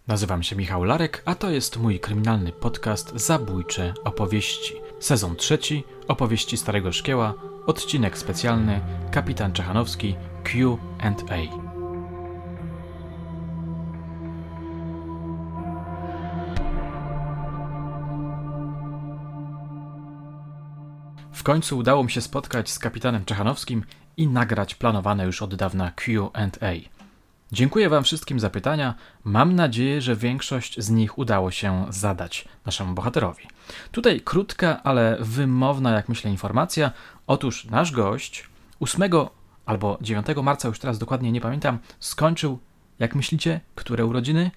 Nazywam się Michał Larek, a to jest mój kryminalny podcast Zabójcze opowieści. Sezon 3, opowieści Starego Szkieła, odcinek specjalny, Kapitan Czechanowski, Q&A. W końcu udało mi się spotkać z kapitanem Czechanowskim i nagrać planowane już od dawna Q&A. Dziękuję Wam wszystkim za pytania. Mam nadzieję, że większość z nich udało się zadać naszemu bohaterowi. Tutaj krótka, ale wymowna, jak myślę, informacja. Otóż nasz gość 8 albo 9 marca, już teraz dokładnie nie pamiętam, skończył, jak myślicie, które urodziny?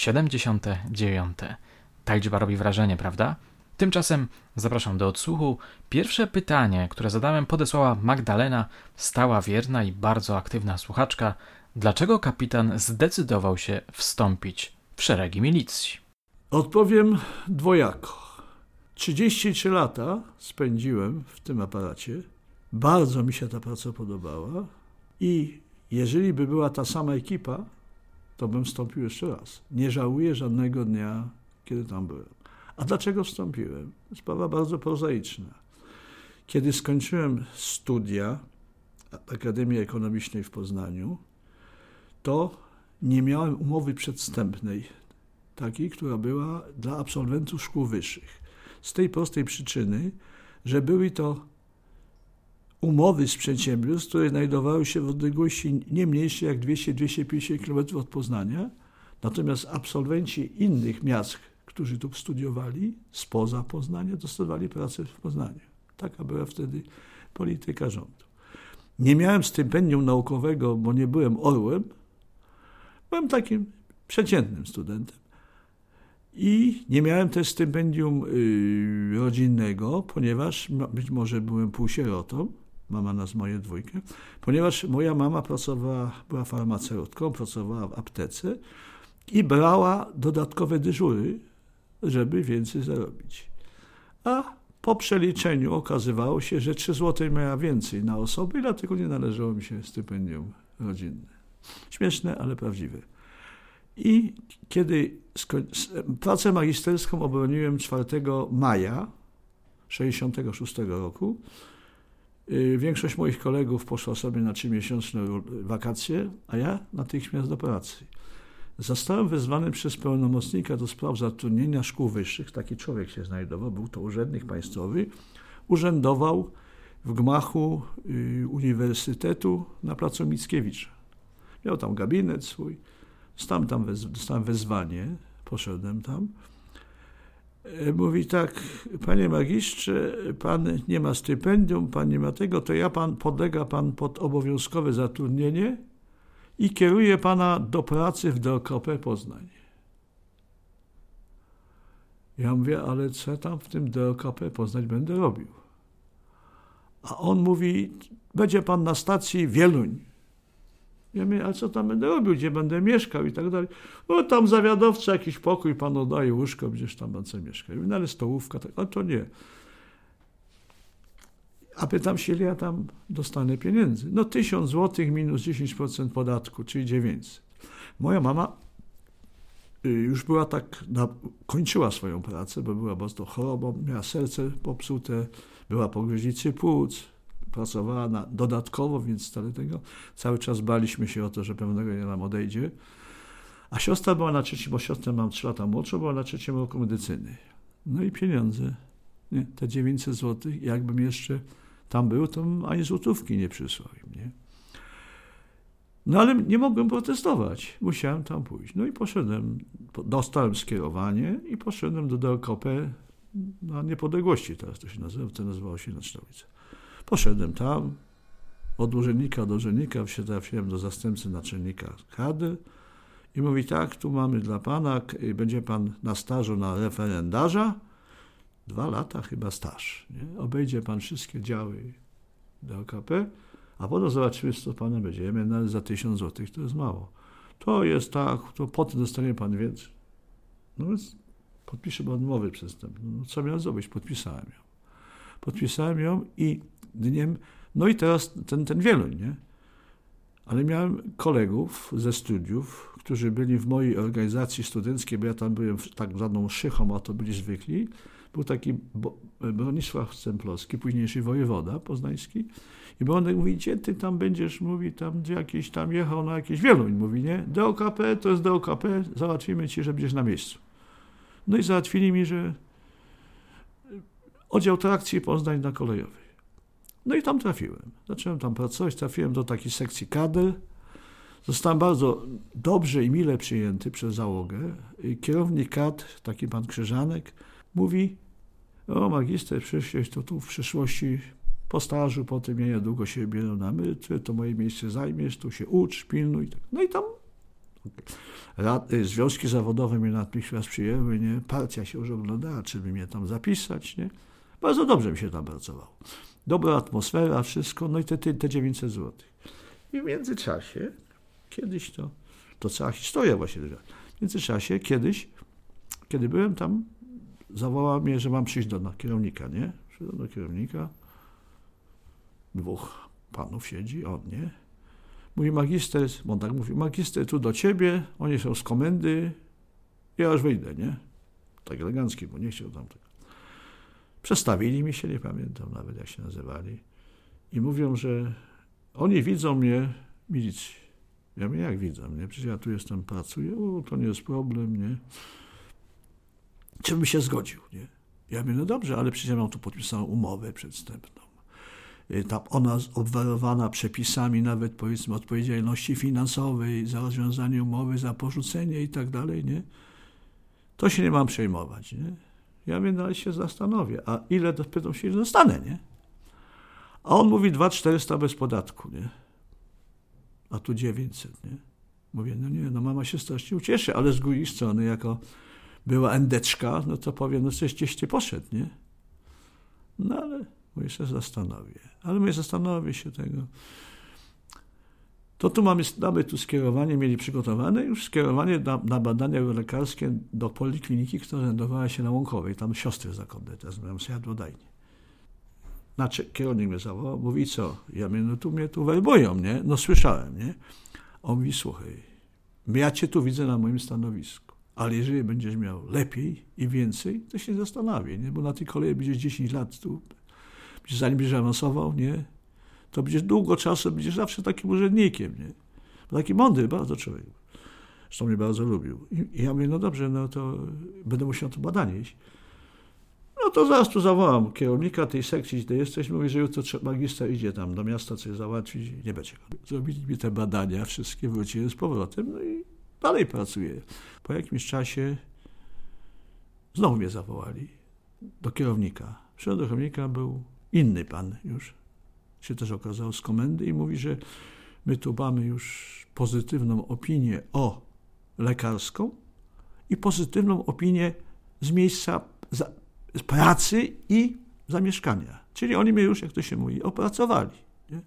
79. Ta liczba robi wrażenie, prawda? Tymczasem zapraszam do odsłuchu. Pierwsze pytanie, które zadałem, podesłała Magdalena, stała, wierna i bardzo aktywna słuchaczka. Dlaczego kapitan zdecydował się wstąpić w szeregi milicji? Odpowiem dwojako. 33 lata spędziłem w tym aparacie. Bardzo mi się ta praca podobała i jeżeli by była ta sama ekipa, to bym wstąpił jeszcze raz. Nie żałuję żadnego dnia, kiedy tam byłem. A dlaczego wstąpiłem? Sprawa bardzo prozaiczna. Kiedy skończyłem studia Akademii Ekonomicznej w Poznaniu, to nie miałem umowy przedwstępnej, takiej, która była dla absolwentów szkół wyższych. Z tej prostej przyczyny, że były to umowy z przedsiębiorstw, które znajdowały się w odległości nie mniejszej jak 200-250 km od Poznania, natomiast absolwenci innych miast, którzy tu studiowali spoza Poznania, dostawali pracę w Poznaniu. Taka była wtedy polityka rządu. Nie miałem stypendium naukowego, bo nie byłem orłem. Byłem takim przeciętnym studentem. I nie miałem też stypendium rodzinnego, ponieważ być może byłem półsierotą, mama nas moje dwójkę, ponieważ moja mama była farmaceutką, pracowała w aptece i brała dodatkowe dyżury, żeby więcej zarobić. A po przeliczeniu okazywało się, że 3 zł miała więcej na osobę i dlatego nie należało mi się stypendium rodzinne. Śmieszne, ale prawdziwe. I kiedy pracę magisterską obroniłem 4 maja 1966 roku, większość moich kolegów poszła sobie na 3-miesięczne wakacje, a ja natychmiast do pracy. Zostałem wezwany przez pełnomocnika do spraw zatrudnienia szkół wyższych. Taki człowiek się znajdował, był to urzędnik państwowy. Urzędował w gmachu Uniwersytetu na placu Mickiewicza. Miał tam gabinet swój. Dostałem wezwanie, poszedłem tam. Mówi tak: panie magistrze, pan nie ma stypendium, pan nie ma tego, to podlega pan pod obowiązkowe zatrudnienie i kieruję pana do pracy w DOKP Poznań. Ja mówię, ale co tam w tym DOKP Poznań będę robił? A on mówi, będzie pan na stacji Wieluń. Ja mówię, a co tam będę robił, gdzie będę mieszkał i tak dalej. No tam zawiadowca, jakiś pokój, pan oddaje łóżko, gdzieś tam pan co mieszka. No ale stołówka, tak, a to nie. A pytam się, ile ja tam dostanę pieniędzy. No 1000 zł minus 10% podatku, czyli 900. Moja mama już była kończyła swoją pracę, bo była bardzo chorobą, miała serce popsute, była po gruźlicy płuc, pracowała dodatkowo, więc cały czas baliśmy się o to, że pewnego dnia nam odejdzie. A siostra była na 3, bo siostrę mam 3 lata młodszą, była na 3 roku medycyny. No i pieniądze, nie, te 900 zł, jakbym jeszcze tam był, to ani złotówki nie przysłał im, nie? No ale nie mogłem protestować, musiałem tam pójść. No i poszedłem, dostałem skierowanie i poszedłem do DOKP na Niepodległości, teraz to się nazywa, to nazywało się Naczelnica. Poszedłem tam, od urzędnika do urzędnika, trafiłem do zastępcy naczelnika kadr i mówi tak, tu mamy dla pana, będzie pan na stażu na referendarza, 2 lata chyba staż, nie? Obejdzie pan wszystkie działy DOKP, a potem zobaczymy, co panem będzie. Ja miałem nawet za 1000 zł, to jest mało. To jest tak, to potem dostanie pan więcej. No więc podpiszę pan umowę przestępną. No co miałem zrobić? Podpisałem ją i dniem, no i teraz ten Wieluń, nie? Ale miałem kolegów ze studiów, którzy byli w mojej organizacji studenckiej, bo ja tam byłem tak zwaną szychą, a to byli zwykli. Był taki Bronisław Stemplowski, późniejszy wojewoda poznański. I Bronek mówi, gdzie ty tam będziesz, mówi, tam gdzie jakiś tam jechał na jakieś Wieluń, mówi, nie? DOKP to jest DOKP, załatwimy ci, że będziesz na miejscu. No i załatwili mi, że oddział trakcji Poznań na Kolejowej. No i tam trafiłem. Zacząłem tam pracować, trafiłem do takiej sekcji kadr. Zostałem bardzo dobrze i mile przyjęty przez załogę. I kierownik kadr, taki pan Krzyżanek, mówi, o magister, przyszłeś to tu w przyszłości po stażu, po tym ja niedługo się biorę na emeryturę, to moje miejsce zajmiesz, tu się ucz, pilnuj. No i tam związki zawodowe mnie natychmiast przyjęły, nie? Partia się już oglądała, czy by mnie tam zapisać, nie? Bardzo dobrze mi się tam pracowało. Dobra atmosfera, wszystko, no i te 900 zł. I w międzyczasie, kiedyś to cała historia właśnie, w międzyczasie kiedyś, kiedy byłem tam, zawołał mnie, że mam przyjść do kierownika, nie? Przyszedłem do kierownika, 2 panów siedzi, on, nie? Mówi magister, on tak mówi, magister tu do ciebie, oni są z komendy, ja już wyjdę, nie? Tak elegancki, bo nie chciał tam tego. Przestawili mi się, nie pamiętam nawet jak się nazywali i mówią, że oni widzą mnie w milicji. Ja mówię, jak widzą, nie? Przecież ja tu jestem, pracuję, to nie jest problem, nie? Czy bym się zgodził, nie? Ja mówię, no dobrze, ale przecież ja mam tu podpisaną umowę przedwstępną. Tam ona obwarowana przepisami nawet, powiedzmy, odpowiedzialności finansowej za rozwiązanie umowy, za porzucenie i tak dalej, nie? To się nie mam przejmować, nie? Ja mówię, no ale się zastanowię, a ile, pytam się, ile dostanę, nie? A on mówi 2400 bez podatku, nie? A tu 900, nie? Mówię, no nie, no mama się strasznie ucieszy, ale z drugiej strony, jako była endeczka, no to powiem, no coś gdzieś ty poszedł, nie? No ale mówię, się zastanowię. Ale mówię, zastanowię się tego. To tu mamy tu skierowanie, mieli przygotowane już skierowanie na badania lekarskie do polikliniki, która znajdowała się na Łąkowej. Tam siostry zakonne, teraz miałem jadłodajnie. Znaczy, kierownik mnie zawołał, mówi, co? Ja mówię, no tu mnie werbują, nie? No słyszałem, nie? On mówi, słuchaj, ja cię tu widzę na moim stanowisku, ale jeżeli będziesz miał lepiej i więcej, to się zastanawię, nie? Bo na tej kolei będziesz 10 lat tu, zanim będziesz awansował, nie? To będziesz długo czasu, będziesz zawsze takim urzędnikiem, nie? Taki mądry bardzo człowiek. Zresztą mnie bardzo lubił. I ja mówię, no dobrze, no to będę musiał to badanie iść. No to zaraz tu zawołam kierownika tej sekcji, gdzie jesteś, mówi, że jutro magister idzie tam do miasta coś załatwić, nie będzie. Zrobili mi te badania, wszystkie, wróciłem z powrotem, no i dalej pracuję. Po jakimś czasie znowu mnie zawołali do kierownika. Przyszedł do kierownika, był inny pan już, się też okazał z komendy i mówi, że my tu mamy już pozytywną opinię lekarską i pozytywną opinię z miejsca z pracy i zamieszkania. Czyli oni mnie już, jak to się mówi, opracowali. Nie?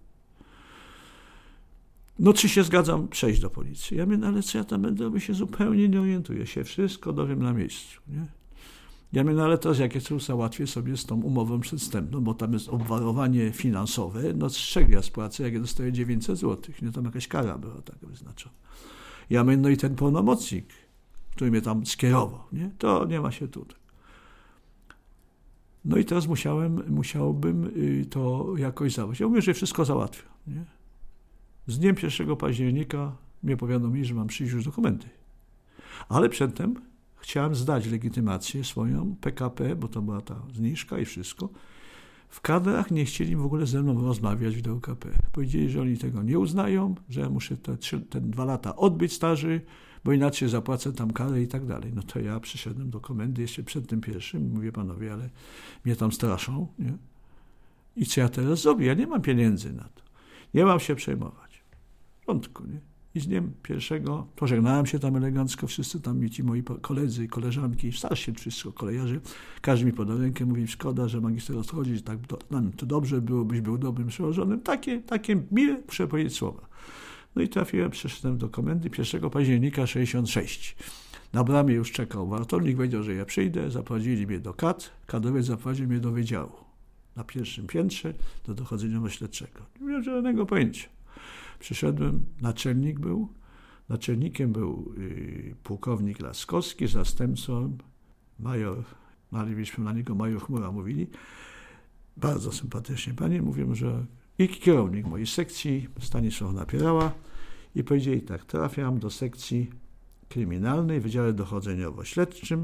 No czy się zgadzam przejść do policji? Ja mówię, no ale co ja tam będę robił, się zupełnie nie orientuję. Się wszystko dowiem na miejscu. Nie? Ja mówię, no ale teraz jak ja załatwię sobie z tą umową przedwstępną, bo tam jest obwarowanie finansowe, no z czego ja spłacę, jak ja dostaję 900 zł. Nie, tam jakaś kara była taka wyznaczona. Ja mówię, no i ten pełnomocnik, który mnie tam skierował, nie? To nie ma się tutaj. No i teraz musiałbym to jakoś załatwić. Ja mówię, że wszystko załatwię. Nie? Z dniem 1 października mnie powiadomili, że mam przyjść już dokumenty. Ale przedtem chciałem zdać legitymację swoją, PKP, bo to była ta zniżka i wszystko. W kadrach nie chcieli w ogóle ze mną rozmawiać w DOKP. Powiedzieli, że oni tego nie uznają, że ja muszę te 2 lata odbyć staży, bo inaczej zapłacę tam karę i tak dalej. No to ja przyszedłem do komendy jeszcze przed tym 1. Mówię, panowie, ale mnie tam straszą, nie? I co ja teraz zrobię? Ja nie mam pieniędzy na to. Nie mam się przejmować. W porządku, nie? I z dniem 1 pożegnałem się tam elegancko, wszyscy tam ci moi koledzy, koleżanki, starsi wszystko kolejarze, każdy mi podał rękę, mówi, szkoda, że magister odchodzi, tak to dobrze było, byś był dobrym przełożonym. Takie mile, muszę powiedzieć, słowa. No i przyszedłem do komendy 1 października 66. Na bramie już czekał wartownik, wiedział, że ja przyjdę, zaprowadzili mnie do kadrowiec zaprowadził mnie do wydziału. Na 1. piętrze do dochodzeniowo-śledczego. Nie miałem żadnego pojęcia. Przyszedłem, naczelnikiem był pułkownik Laskowski, zastępcą major, byśmy na niego major Chmura mówili, bardzo sympatycznie panie, mówią, że i kierownik mojej sekcji, Stanisław Napierała, i powiedzieli tak, trafiam do sekcji kryminalnej w Wydziale Dochodzeniowo-Śledczym,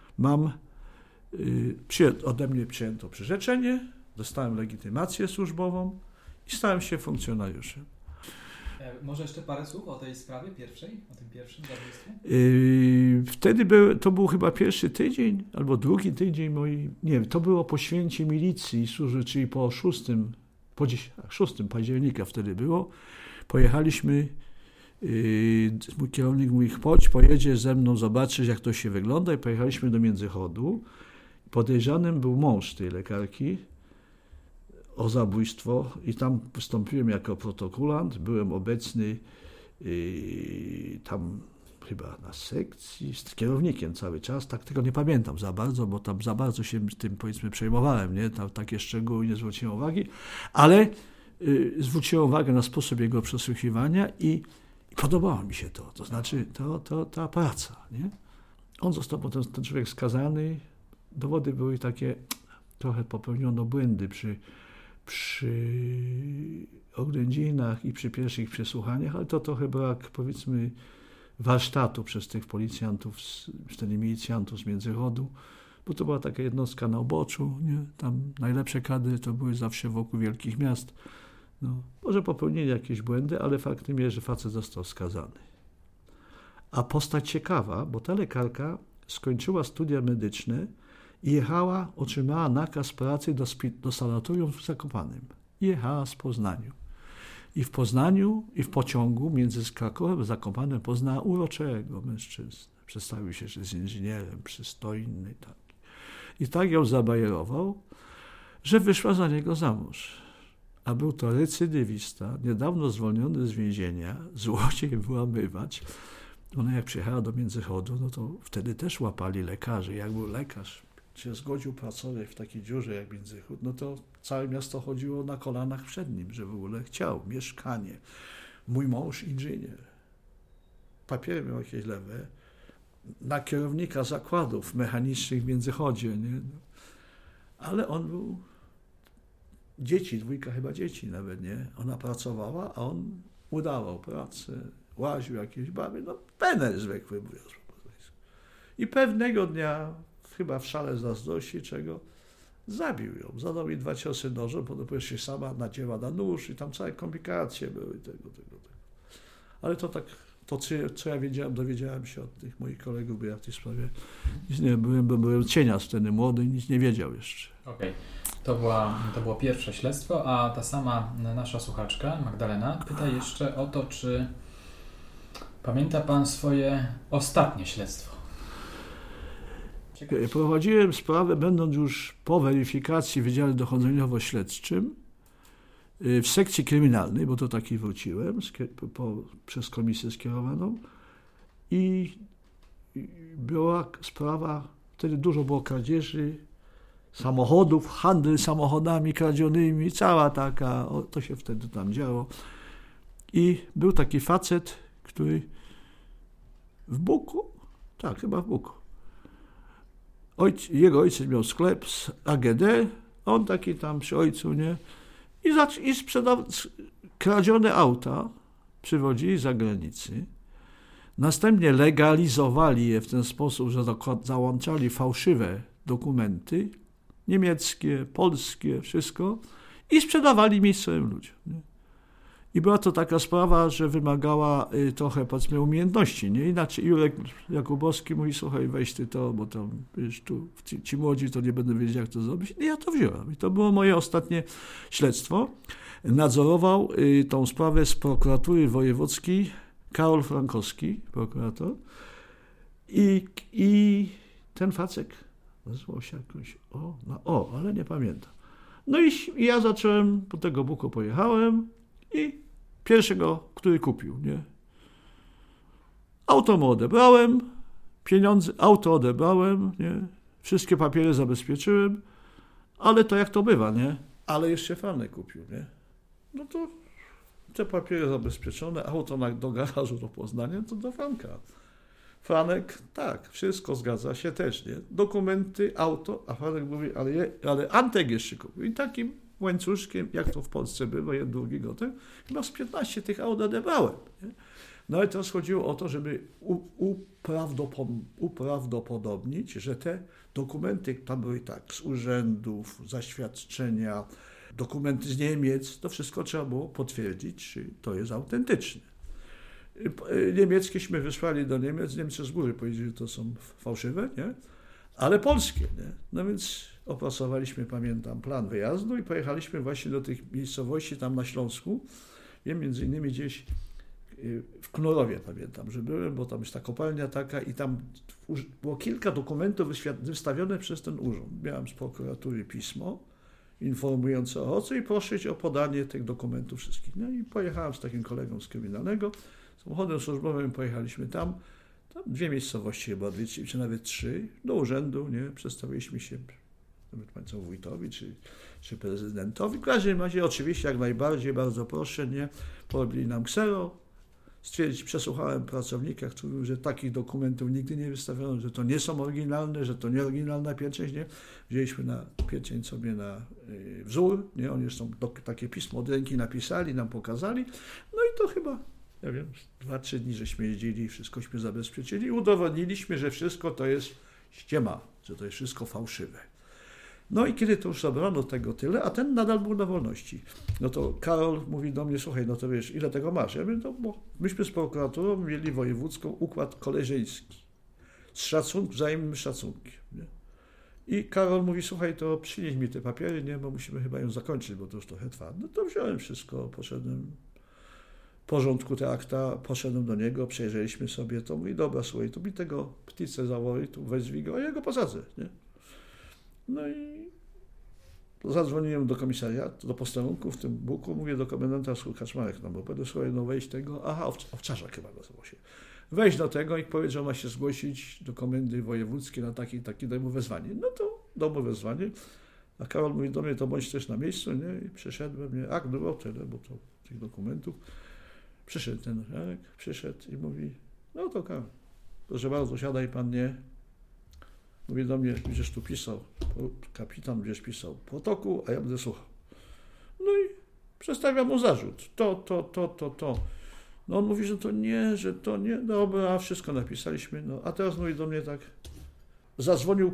ode mnie przyjęto przyrzeczenie, dostałem legitymację służbową i stałem się funkcjonariuszem. Może jeszcze parę słów o tej sprawie pierwszej, o tym pierwszym zabójstwie? Wtedy to był chyba pierwszy tydzień, albo drugi tydzień to było po święcie milicji służby, czyli po 6 października wtedy było. Pojechaliśmy, mój kierownik mówi, chodź, pojedziesz ze mną zobaczyć, jak to się wygląda, i pojechaliśmy do Międzychodu. Podejrzanym był mąż tej lekarki o zabójstwo i tam wystąpiłem jako protokolant, byłem obecny tam chyba na sekcji, z kierownikiem cały czas, tak tego nie pamiętam za bardzo, bo tam za bardzo się tym, powiedzmy, przejmowałem, nie? Tam takie szczegóły nie zwróciłem uwagi, ale zwróciłem uwagę na sposób jego przesłuchiwania i podobało mi się to znaczy ta praca, nie? On został potem, ten człowiek, skazany, dowody były takie, trochę popełniono błędy przy oględzinach i przy pierwszych przesłuchaniach, ale to trochę brak, powiedzmy, warsztatu przez tych policjantów, wtedy milicjantów z Międzychodu, bo to była taka jednostka na uboczu, nie? Tam najlepsze kadry to były zawsze wokół wielkich miast. No, może popełnili jakieś błędy, ale faktem jest, że facet został skazany. A postać ciekawa, bo ta lekarka skończyła studia medyczne i jechała, otrzymała nakaz pracy do sanatorium w Zakopanem. Jechała z Poznaniu. I w Poznaniu, i w pociągu między Krakowem a Zakopanem poznała uroczego mężczyznę. Przedstawił się, że jest inżynierem, przystojny. Tak. I tak ją zabajerował, że wyszła za niego za mąż. A był to recydywista, niedawno zwolniony z więzienia, złodziej, wyłamywacz. Ona jak przyjechała do Międzychodu, no to wtedy też łapali lekarzy. Jak był lekarz, się zgodził pracować w takiej dziurze jak Międzychód, no to całe miasto chodziło na kolanach przed nim, że w ogóle chciał mieszkanie. Mój mąż inżynier. Papiery miał jakieś lewe. Na kierownika zakładów mechanicznych w Międzychodzie, nie? Ale on był... dwójka chyba dzieci nawet, nie? Ona pracowała, a on udawał pracę, łaził jakieś baby, no pener zwykły, mówiąc po polsku. I pewnego dnia, chyba w szale zazdrości, zabił ją. Zadał jej 2 ciosy nożem, potem się sama nadziała na nóż i tam całe komplikacje były tego. Ale to tak, co ja wiedziałem, dowiedziałem się od tych moich kolegów, bo ja w tej sprawie nic nie byłem, bo byłem cienias wtedy młody i nic nie wiedział jeszcze. Okej. To było pierwsze śledztwo, a ta sama nasza słuchaczka, Magdalena, pyta jeszcze o to, czy pamięta pan swoje ostatnie śledztwo? Ciekawe. Prowadziłem sprawę, będąc już po weryfikacji w Wydziale Dochodzeniowo-Śledczym w sekcji kryminalnej, bo to taki wróciłem przez komisję skierowaną i była sprawa, wtedy dużo było kradzieży samochodów, handel samochodami kradzionymi, cała taka, to się wtedy tam działo. I był taki facet, który w Buku, tak, chyba w Buku, jego ojciec miał sklep z AGD, on taki tam przy ojcu, nie? I sprzedawał kradzione auta, przywozili z zagranicy. Następnie legalizowali je w ten sposób, że załączali fałszywe dokumenty, niemieckie, polskie, wszystko, i sprzedawali miejscowym ludziom. Nie? I była to taka sprawa, że wymagała trochę, powiedzmy, umiejętności, nie? Inaczej Jurek Jakubowski mówi, słuchaj, weź ty to, bo tam, wiesz, tu ci młodzi to nie będą wiedzieć, jak to zrobić. I ja to wziąłem. I to było moje ostatnie śledztwo. Nadzorował tą sprawę z prokuratury wojewódzkiej Karol Frankowski, prokurator. I ten facek nazywał się jakoś, ale nie pamiętam. No i ja zacząłem, po tego Buku pojechałem i pierwszego, który kupił, nie? Auto mu odebrałem, pieniądze, auto odebrałem, nie? Wszystkie papiery zabezpieczyłem, ale to jak to bywa, nie? Ale jeszcze Franek kupił, nie? No to te papiery zabezpieczone, auto do garażu do Poznania, to do Franka. Franek, tak, wszystko zgadza się też, nie? Dokumenty, auto, a Franek mówi, ale Antek jeszcze kupił. I takim łańcuszkiem, jak to w Polsce było, jeden drugi gotem, chyba z 15 tych aut odebrałem. Nie? No i teraz chodziło o to, żeby uprawdopodobnić, że te dokumenty, tam były tak, z urzędów, zaświadczenia, dokumenty z Niemiec, to wszystko trzeba było potwierdzić, czy to jest autentyczne. Niemieckieśmy wysłali do Niemiec, Niemcy z góry powiedzieli, że to są fałszywe, nie? Ale polskie. Nie? No więc opracowaliśmy, pamiętam, plan wyjazdu i pojechaliśmy właśnie do tych miejscowości tam na Śląsku. Między innymi gdzieś w Knurowie, pamiętam, że byłem, bo tam jest ta kopalnia taka i tam było kilka dokumentów wystawione przez ten urząd. Miałem z prokuratury pismo informujące o co i prosić o podanie tych dokumentów wszystkich. No i pojechałem z takim kolegą z kryminalnego, samochodem służbowym pojechaliśmy tam 2 miejscowości chyba, czy nawet 3, do urzędu, nie, przedstawiliśmy się nawet państwu wójtowi, czy prezydentowi. W każdym razie oczywiście jak najbardziej, bardzo proszę, nie, porobili nam ksero, przesłuchałem pracownika, który mówił, że takich dokumentów nigdy nie wystawiono, że to nie są oryginalne, że to nie oryginalna pieczęć, nie. Wzięliśmy na pieczęć sobie na wzór, nie, oni zresztą takie pismo od ręki napisali, nam pokazali, no i to chyba, ja wiem, 2-3 dni żeśmy jeździli, wszystkośmy zabezpieczyli i udowodniliśmy, że wszystko to jest ściema, że to jest wszystko fałszywe. No i kiedy to już zabrano tego tyle, a ten nadal był na wolności, no to Karol mówi do mnie, słuchaj, no to wiesz, ile tego masz? Ja mówię, no bo myśmy z prokuraturą mieli wojewódzką układ koleżeński, z wzajemnym szacunkiem. Nie? I Karol mówi, słuchaj, to przynieś mi te papiery, nie, bo musimy chyba ją zakończyć, bo to już trochę trwa. No to wziąłem wszystko, poszedłem w porządku te akta, poszedłem do niego, przejrzeliśmy sobie to, mówi, dobra, słuchaj, tu mi tego pticę zawołaj, tu wezwij go, a ja go posadzę, nie? No i zadzwoniłem do komisariatu, do posterunku w tym buku, mówię do komendanta Kaczmarek, no bo będę słuchaj, no wejść tego, Owczarza chyba nazywał się. Wejść do tego i powiedzieć, że ma się zgłosić do komendy wojewódzkiej na taki, daj mu wezwanie. No to dał mu wezwanie, a Karol mówi do mnie, to bądź też na miejscu, nie? I przyszedłem, nie? Akt było tyle, bo to tych dokumentów. Przyszedł ten przyszedł i mówi, no to Karol, proszę bardzo, siadaj pan, nie? Mówi do mnie, będziesz tu pisał, kapitan będziesz pisał protokół, a ja będę słuchał. No i przedstawiam mu zarzut. To. No on mówi, że to nie, dobra, wszystko napisaliśmy. No a teraz mówi do mnie tak, zadzwonił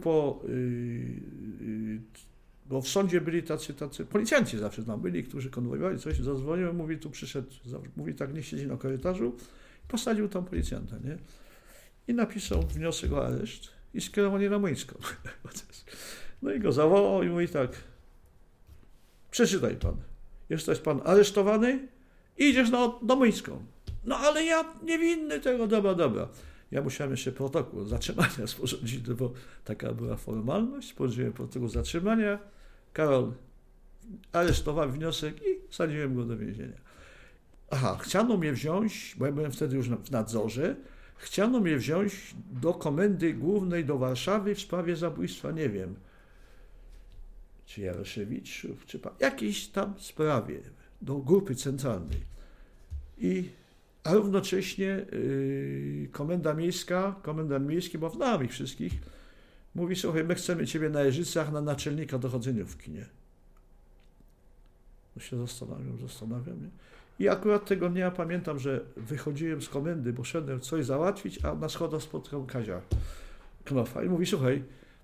bo w sądzie byli tacy policjanci zawsze tam byli, którzy konwojowali coś, zadzwonił, mówi, tu przyszedł, mówi tak, niech siedzi na korytarzu, posadził tam policjanta, nie? I napisał wniosek o areszt i skierowanie na Młyńską. No i go zawołał i mówi tak, przeczytaj pan, jesteś pan aresztowany i idziesz do Młyńską. No ale ja niewinny tego, dobra. Ja musiałem jeszcze protokół zatrzymania sporządzić, bo taka była formalność, sporządziłem protokół zatrzymania, Karol aresztował wniosek i wsadziłem go do więzienia. Aha, chciano mnie wziąć, bo ja byłem wtedy już w nadzorze, chciano mnie wziąć do Komendy Głównej do Warszawy w sprawie zabójstwa, nie wiem, czy Jaroszewiczów, czy jakiejś tam sprawie, do grupy centralnej. A równocześnie komendant miejski, bo znam ich wszystkich, mówi, słuchaj, my chcemy ciebie na Jeżycach na naczelnika dochodzeniówki, nie? No się zastanawiam, nie? I akurat tego dnia pamiętam, że wychodziłem z komendy, bo szedłem coś załatwić, a na schodach spotkał Kazia Knofa i mówi, słuchaj,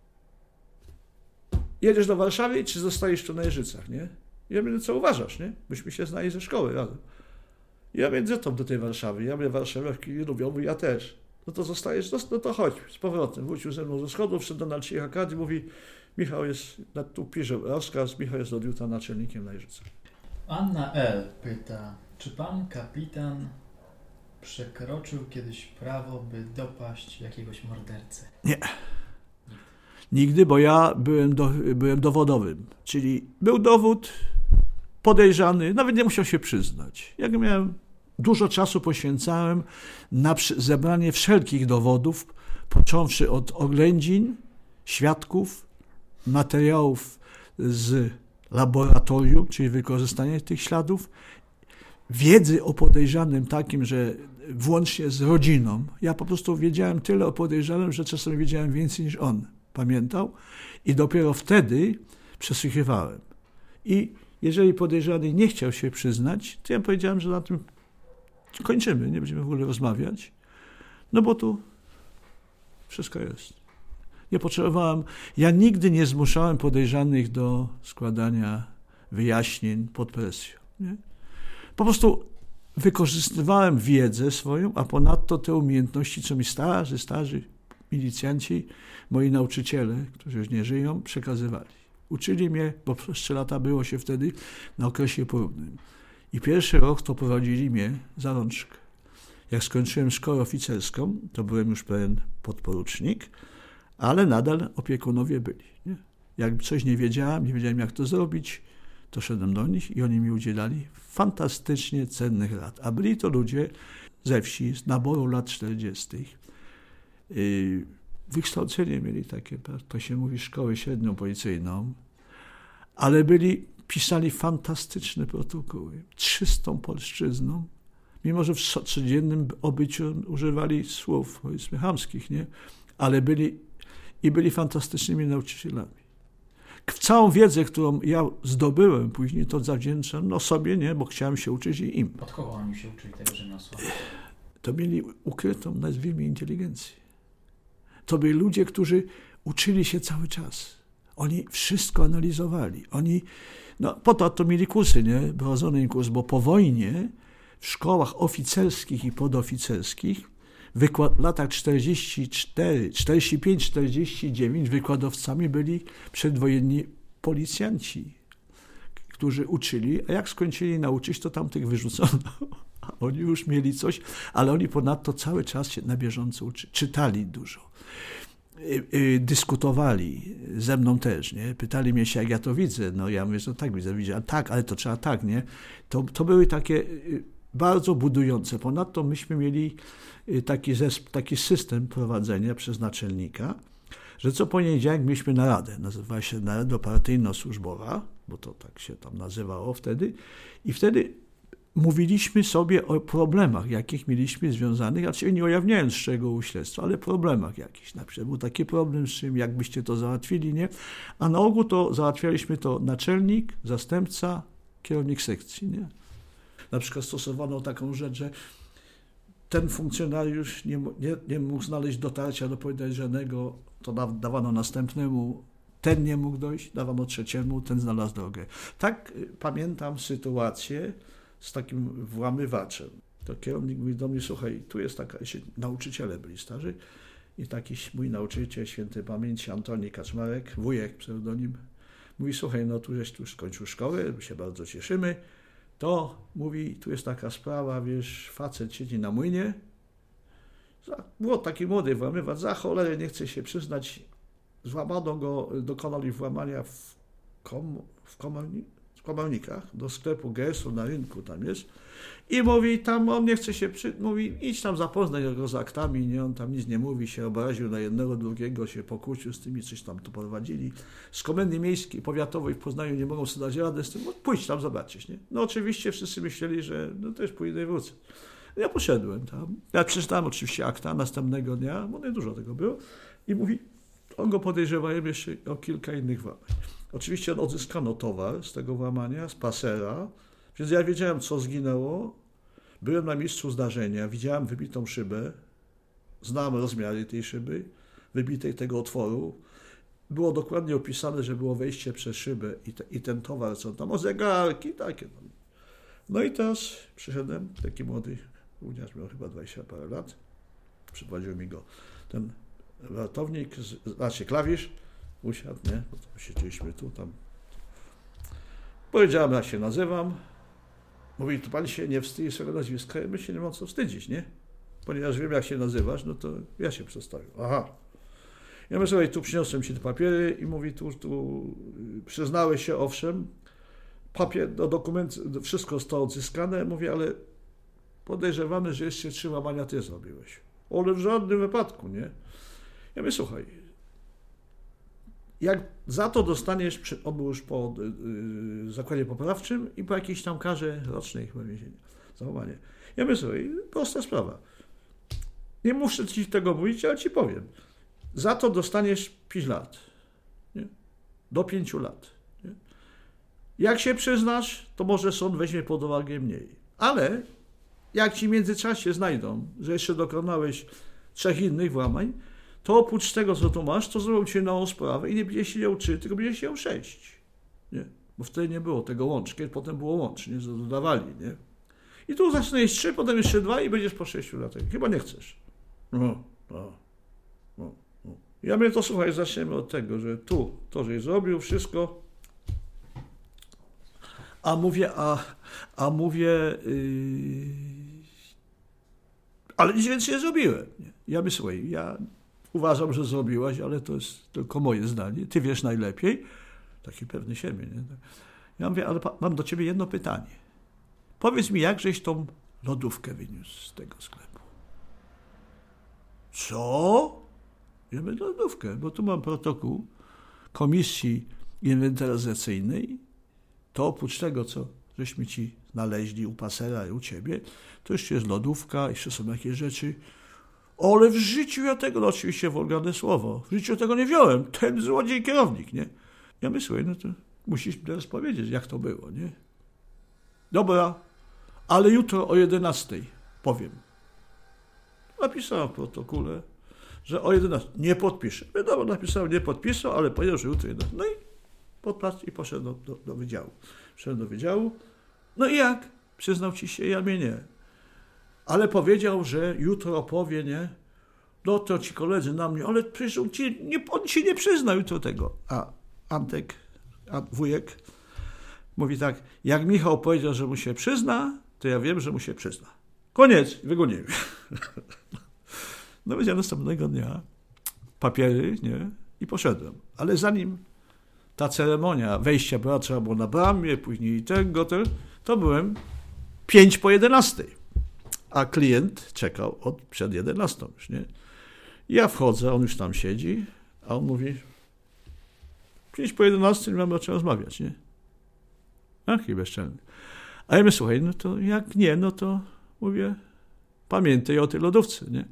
jedziesz do Warszawy, czy zostajesz tu na Jeżycach, nie? Ja mówię, co uważasz, nie? Myśmy się znali ze szkoły razem. Ja między tą do tej Warszawy, ja mnie Warszawki lubią, mówi, ja też. No to zostajesz, no to chodź, z powrotem. Wrócił ze mną ze schodów, wszedł do naczelnika kadry, mówi, Michał jest, tu pisze rozkaz, Michał jest od jutra naczelnikiem na Jeżycach. Anna L. pyta, czy pan kapitan przekroczył kiedyś prawo, by dopaść jakiegoś mordercę? Nie. Nigdy, bo ja byłem dowodowym, czyli był dowód, podejrzany, nawet nie musiał się przyznać. Jak miałem, dużo czasu poświęcałem na zebranie wszelkich dowodów, począwszy od oględzin, świadków, materiałów z laboratorium, czyli wykorzystanie tych śladów, wiedzy o podejrzanym takim, że włącznie z rodziną, ja po prostu wiedziałem tyle o podejrzanym, że czasem wiedziałem więcej niż on pamiętał i dopiero wtedy przesłuchiwałem. I jeżeli podejrzany nie chciał się przyznać, to ja powiedziałem, że na tym kończymy, nie będziemy w ogóle rozmawiać, no bo tu wszystko jest. Nie potrzebowałem, ja nigdy nie zmuszałem podejrzanych do składania wyjaśnień pod presją. Nie? Po prostu wykorzystywałem wiedzę swoją, a ponadto te umiejętności, co mi starzy milicjanci, moi nauczyciele, którzy już nie żyją, przekazywali. Uczyli mnie, bo przez 3 lata było się wtedy na okresie próbnym. I pierwszy rok to prowadzili mnie za rączkę. Jak skończyłem szkołę oficerską, to byłem już pełen podporucznik, ale nadal opiekunowie byli. Nie? Jak coś nie wiedziałem jak to zrobić, to szedłem do nich i oni mi udzielali fantastycznie cennych rad. A byli to ludzie ze wsi, z naboru lat 40. Wykształcenie mieli takie, to się mówi, szkołę średnią policyjną, ale pisali fantastyczne protokoły, czystą polszczyzną, mimo że w codziennym obyciu używali słów, powiedzmy, chamskich, nie? Ale byli fantastycznymi nauczycielami. Całą wiedzę, którą ja zdobyłem później, to zawdzięczam sobie, nie, bo chciałem się uczyć i im. Od kogo oni się uczyli tego rzemiosła? To mieli ukrytą, nazwijmy, inteligencję. To byli ludzie, którzy uczyli się cały czas. Oni wszystko analizowali. Po to mieli kursy, nie? Prowadzony im kurs, bo po wojnie w szkołach oficerskich i podoficerskich w latach 45-49 wykładowcami byli przedwojenni policjanci, którzy uczyli, a jak skończyli nauczyć, to tamtych wyrzucono. A oni już mieli coś, ale oni ponadto cały czas się na bieżąco czytali dużo. Dyskutowali ze mną też, nie? Pytali mnie się, jak ja to widzę. No ja mówię, że tak widzę, a tak, ale to trzeba tak, nie? To były takie bardzo budujące. Ponadto myśmy mieli taki system prowadzenia przez naczelnika, że co poniedziałek mieliśmy naradę. Nazywała się narada partyjno-służbowa, bo to tak się tam nazywało wtedy. I wtedy mówiliśmy sobie o problemach, jakich mieliśmy związanych, znaczy nie ujawniając szczegółów śledztwa, ale problemach jakichś. Na przykład był taki problem z czym, jak byście to załatwili, nie? A na ogół to załatwialiśmy to naczelnik, zastępca, kierownik sekcji, nie? Na przykład stosowano taką rzecz, że ten funkcjonariusz nie mógł znaleźć dotarcia do podejrzanego, to dawano następnemu, ten nie mógł dojść, dawano trzeciemu, ten znalazł drogę. Tak pamiętam sytuację z takim włamywaczem. To kierownik mówi do mnie, słuchaj, tu jest taka, nauczyciele byli starzy i taki mój nauczyciel, świętej pamięci, Antoni Kaczmarek, wujek pseudonim, mówi, słuchaj, no tu już skończył szkołę, my się bardzo cieszymy, to mówi, tu jest taka sprawa, wiesz, facet siedzi na młynie, było taki młody włamywacz, za cholerę nie chce się przyznać, złamano go, dokonali włamania w Komornikach, do sklepu GS-u na rynku tam jest i mówi, tam on nie chce się mówi, idź tam zapoznaj go z aktami, nie, on tam nic nie mówi, się obraził na jednego, drugiego, się pokłócił z tymi, coś tam tu prowadzili. Z Komendy Miejskiej, Powiatowej w Poznaniu nie mogą sobie dać radę z tym, no pójdź tam zobaczyć, nie. No oczywiście wszyscy myśleli, że no też pójdę i wrócę. Ja poszedłem tam, ja przeczytałem oczywiście akta następnego dnia, bo nie dużo tego było i mówi, on go podejrzewają jeszcze o kilka innych włamań. Oczywiście odzyskano towar z tego włamania, z pasera, więc ja wiedziałem, co zginęło. Byłem na miejscu zdarzenia, widziałem wybitą szybę, znałem rozmiary tej szyby, wybitej tego otworu. Było dokładnie opisane, że było wejście przez szybę i ten towar, co tam, o zegarki, takie. No i teraz przyszedłem, taki młody, również miał chyba 20 parę lat, przyprowadził mi go ten ratownik, znaczy klawisz, usiadł, nie? Bo siedzieliśmy tu, tam. Powiedziałem, jak się nazywam. Mówi, to pan się nie wstydzi swojego nazwiska, my się nie ma co wstydzić, nie? Ponieważ wiem, jak się nazywasz, no to ja się przedstawię. Aha. Ja mówię, słuchaj, tu przyniosłem ci te papiery i mówi, tu przyznałeś się, owszem, papier, dokument, wszystko zostało odzyskane. Mówi, ale podejrzewamy, że jeszcze 3 łamania ty zrobiłeś. Ale w żadnym wypadku, nie? Ja mówię, słuchaj, jak za to dostaniesz, on był już po zakładzie poprawczym i po jakiejś tam karze rocznej chyba więzienia, zachowanie. Ja myślę sobie, prosta sprawa. Nie muszę ci tego mówić, ale ci powiem. Za to dostaniesz 5 lat. Nie? Do 5 lat. Nie? Jak się przyznasz, to może sąd weźmie pod uwagę mniej. Ale jak ci w międzyczasie znajdą, że jeszcze dokonałeś 3 innych włamań, to oprócz tego, co tu masz, to zrobią ci nową sprawę i nie będzie siedział 3, tylko będzie siedział 6. Nie? Bo wtedy nie było tego łącznie, potem było łącznie, dodawali. Nie? I tu zaczniesz 3, potem jeszcze 2 i będziesz po 6 latach. Chyba nie chcesz. No. Ja mówię, to słuchaj, zaczniemy od tego, że tu to, żeś zrobił wszystko, a mówię, ale nic więcej nie zrobiłem. Nie? Ja mówię, słuchaj, ja uważam, że zrobiłaś, ale to jest tylko moje zdanie, ty wiesz najlepiej, taki pewny siebie. Nie? Ja mówię, ale mam do ciebie jedno pytanie. Powiedz mi, jak żeś tą lodówkę wyniósł z tego sklepu? Co? Ja mówię, lodówkę, bo tu mam protokół komisji inwentaryzacyjnej, to oprócz tego, co żeśmy ci znaleźli u pasera i u ciebie, to jeszcze jest lodówka, jeszcze są jakieś rzeczy. Ale w życiu ja tego, no oczywiście wulgarne słowo, w życiu tego nie wziąłem, ten złodziej kierownik, nie? Ja mówię, słuchaj, no to musisz teraz powiedzieć, jak to było, nie? Dobra, ale jutro o 11:00 powiem. Napisałem w protokole, że o 11:00 nie podpiszę. Wiadomo, napisałem, nie podpisał, ale powiedział, że jutro 11:00. No i podpisał i poszedł do wydziału. Wszedł do wydziału. No i jak? Przyznał ci się? Ja mnie nie. Ale powiedział, że jutro opowie, nie? No to ci koledzy na mnie, ale przecież on ci nie przyznał jutro tego. A Antek, wujek, mówi tak, jak Michał powiedział, że mu się przyzna, to ja wiem, że mu się przyzna. Koniec, wygoniłem. No powiedziałem następnego dnia, papiery, nie? I poszedłem. Ale zanim ta ceremonia wejścia była, trzeba było na bramie, później tego, to byłem 11:05. A klient czekał przed 11:00 już, nie? Ja wchodzę, on już tam siedzi, a on mówi 11:05 nie mamy o czym rozmawiać, nie? Jaki bezczelny. A ja mówię, słuchaj, no to jak nie, no to mówię, pamiętaj o tej lodówce, nie?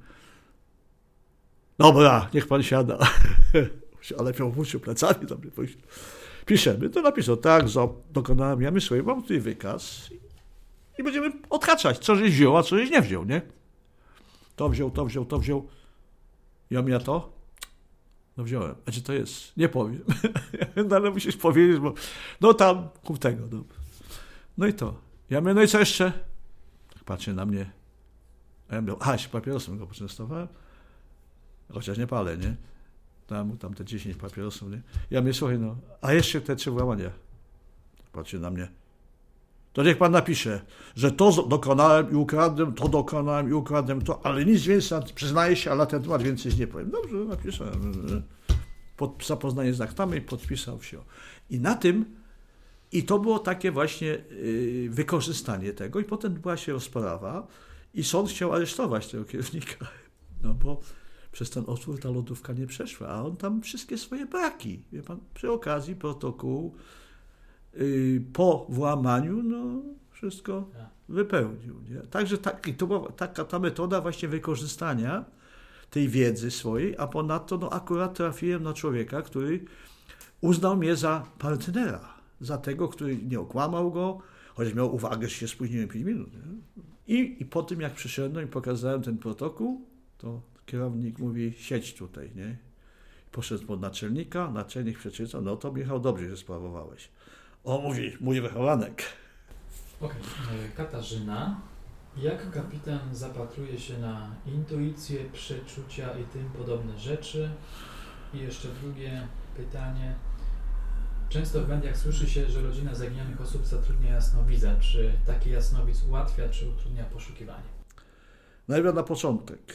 Dobra, niech pan siada. Ale miał włóczył plecami, tam piszemy. To napisał, tak, dokonałem. Ja myślę, mam tutaj wykaz i będziemy odhaczać, co żeś wziął, a co żeś nie wziął, nie? To wziął. Ja mówię, to? No wziąłem. A gdzie to jest? Nie powiem. No ale musisz powiedzieć, bo no tam, kup tego. No. No i to. Ja mówię, no i co jeszcze? Tak patrzy na mnie. A ja mówię, się papierosem go poczęstowałem. Chociaż nie palę, nie? Tam te 10 papierosów, nie? Ja mówię, słuchaj, no, a jeszcze te 3 włamania. Patrzy na mnie. To niech pan napisze, że to dokonałem i ukradłem, to dokonałem i ukradłem to, ale nic więcej, przyznaję się, ale na ten temat więcej nie powiem. Dobrze, napisałem. Zapoznanie z aktami, podpisał się. I na tym, i to było takie właśnie wykorzystanie tego i potem była się rozprawa i sąd chciał aresztować tego kierownika. No bo przez ten otwór ta lodówka nie przeszła, a on tam wszystkie swoje braki, wie pan, przy okazji protokołu po włamaniu, no wszystko wypełnił. Nie? Także to była taka ta metoda właśnie wykorzystania tej wiedzy swojej, a ponadto no akurat trafiłem na człowieka, który uznał mnie za partnera, za tego, który nie okłamał go, chociaż miał uwagę, że się spóźniłem 5 minut. Nie? I po tym, jak przyszedłem i pokazałem ten protokół, to kierownik mówi, siedź tutaj, nie? Poszedł pod naczelnika, naczelnik przeczytał, no to Michał, dobrze się sprawowałeś. On mówi, mój wychowanek. Okej. Katarzyna, jak kapitan zapatruje się na intuicję, przeczucia i tym podobne rzeczy? I jeszcze drugie pytanie. Często w mediach słyszy się, że rodzina zaginionych osób zatrudnia jasnowidza. Czy taki jasnowidz ułatwia, czy utrudnia poszukiwanie? Najpierw na początek.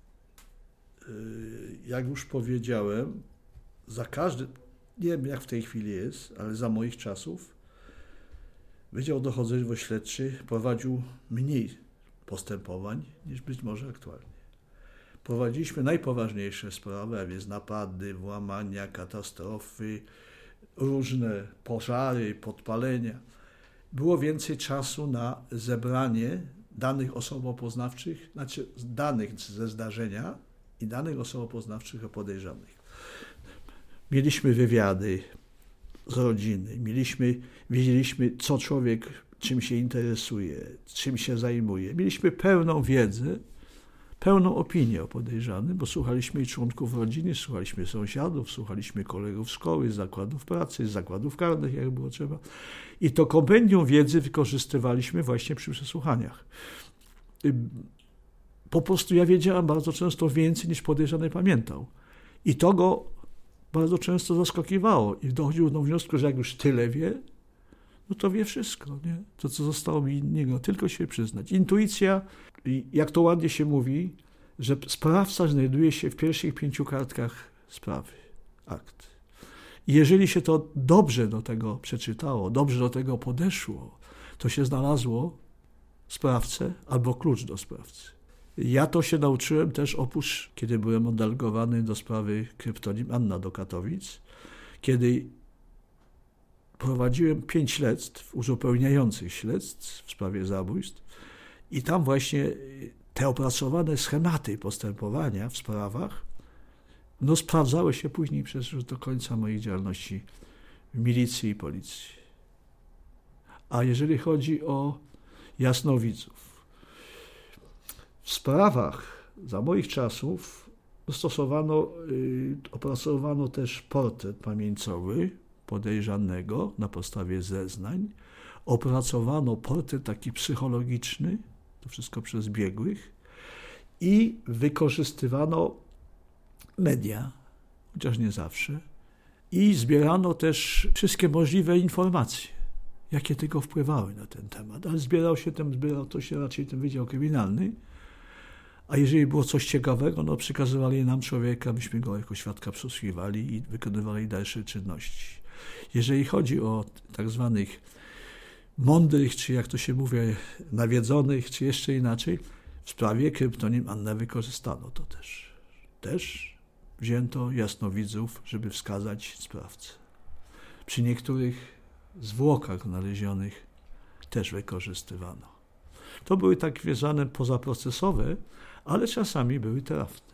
Jak już powiedziałem, za każdy, nie wiem jak w tej chwili jest, ale za moich czasów Wydział Dochodzeniowo-Śledczy prowadził mniej postępowań niż być może aktualnie. prowadziliśmy najpoważniejsze sprawy, a więc napady, włamania, katastrofy, różne pożary, podpalenia. Było więcej czasu na zebranie danych osobopoznawczych, znaczy danych ze zdarzenia i danych osobopoznawczych o podejrzanych. Mieliśmy wywiady z rodziny, wiedzieliśmy, co człowiek, czym się interesuje, czym się zajmuje. Mieliśmy pełną wiedzę, pełną opinię o podejrzanym, bo słuchaliśmy i członków rodziny, słuchaliśmy sąsiadów, słuchaliśmy kolegów z szkoły, z zakładów pracy, z zakładów karnych, jak było trzeba. I to kompendium wiedzy wykorzystywaliśmy właśnie przy przesłuchaniach. Po prostu ja wiedziałem bardzo często więcej, niż podejrzany pamiętał. I to go bardzo często zaskakiwało. I dochodził do wniosku, że jak już tyle wie, no to wie wszystko, nie? To, co zostało mi innego, tylko się przyznać. Intuicja, jak to ładnie się mówi, że sprawca znajduje się w pierwszych 5 kartkach sprawy, akt. I jeżeli się to dobrze do tego przeczytało, dobrze do tego podeszło, to się znalazło sprawcę albo klucz do sprawcy. Ja to się nauczyłem też oprócz, kiedy byłem oddelegowany do sprawy kryptonim Anna do Katowic, kiedy prowadziłem 5 śledztw, uzupełniających śledztw w sprawie zabójstw i tam właśnie te opracowane schematy postępowania w sprawach sprawdzały się później przecież do końca mojej działalności w milicji i policji. A jeżeli chodzi o jasnowidzów, w sprawach za moich czasów opracowano też portret pamięciowy podejrzanego na podstawie zeznań. Opracowano portret taki psychologiczny, to wszystko przez biegłych i wykorzystywano media, chociaż nie zawsze, i zbierano też wszystkie możliwe informacje, jakie tylko wpływały na ten temat. Ale zbierał to się raczej ten Wydział Kryminalny, a jeżeli było coś ciekawego, przekazywali nam człowieka, byśmy go jako świadka przesłuchiwali i wykonywali dalsze czynności. Jeżeli chodzi o tak zwanych mądrych, czy jak to się mówi, nawiedzonych, czy jeszcze inaczej, w sprawie kryptonim Annę wykorzystano to też. Też wzięto jasnowidzów, żeby wskazać sprawcę. Przy niektórych zwłokach znalezionych też wykorzystywano. To były tak zwane pozaprocesowe, ale czasami były trafne.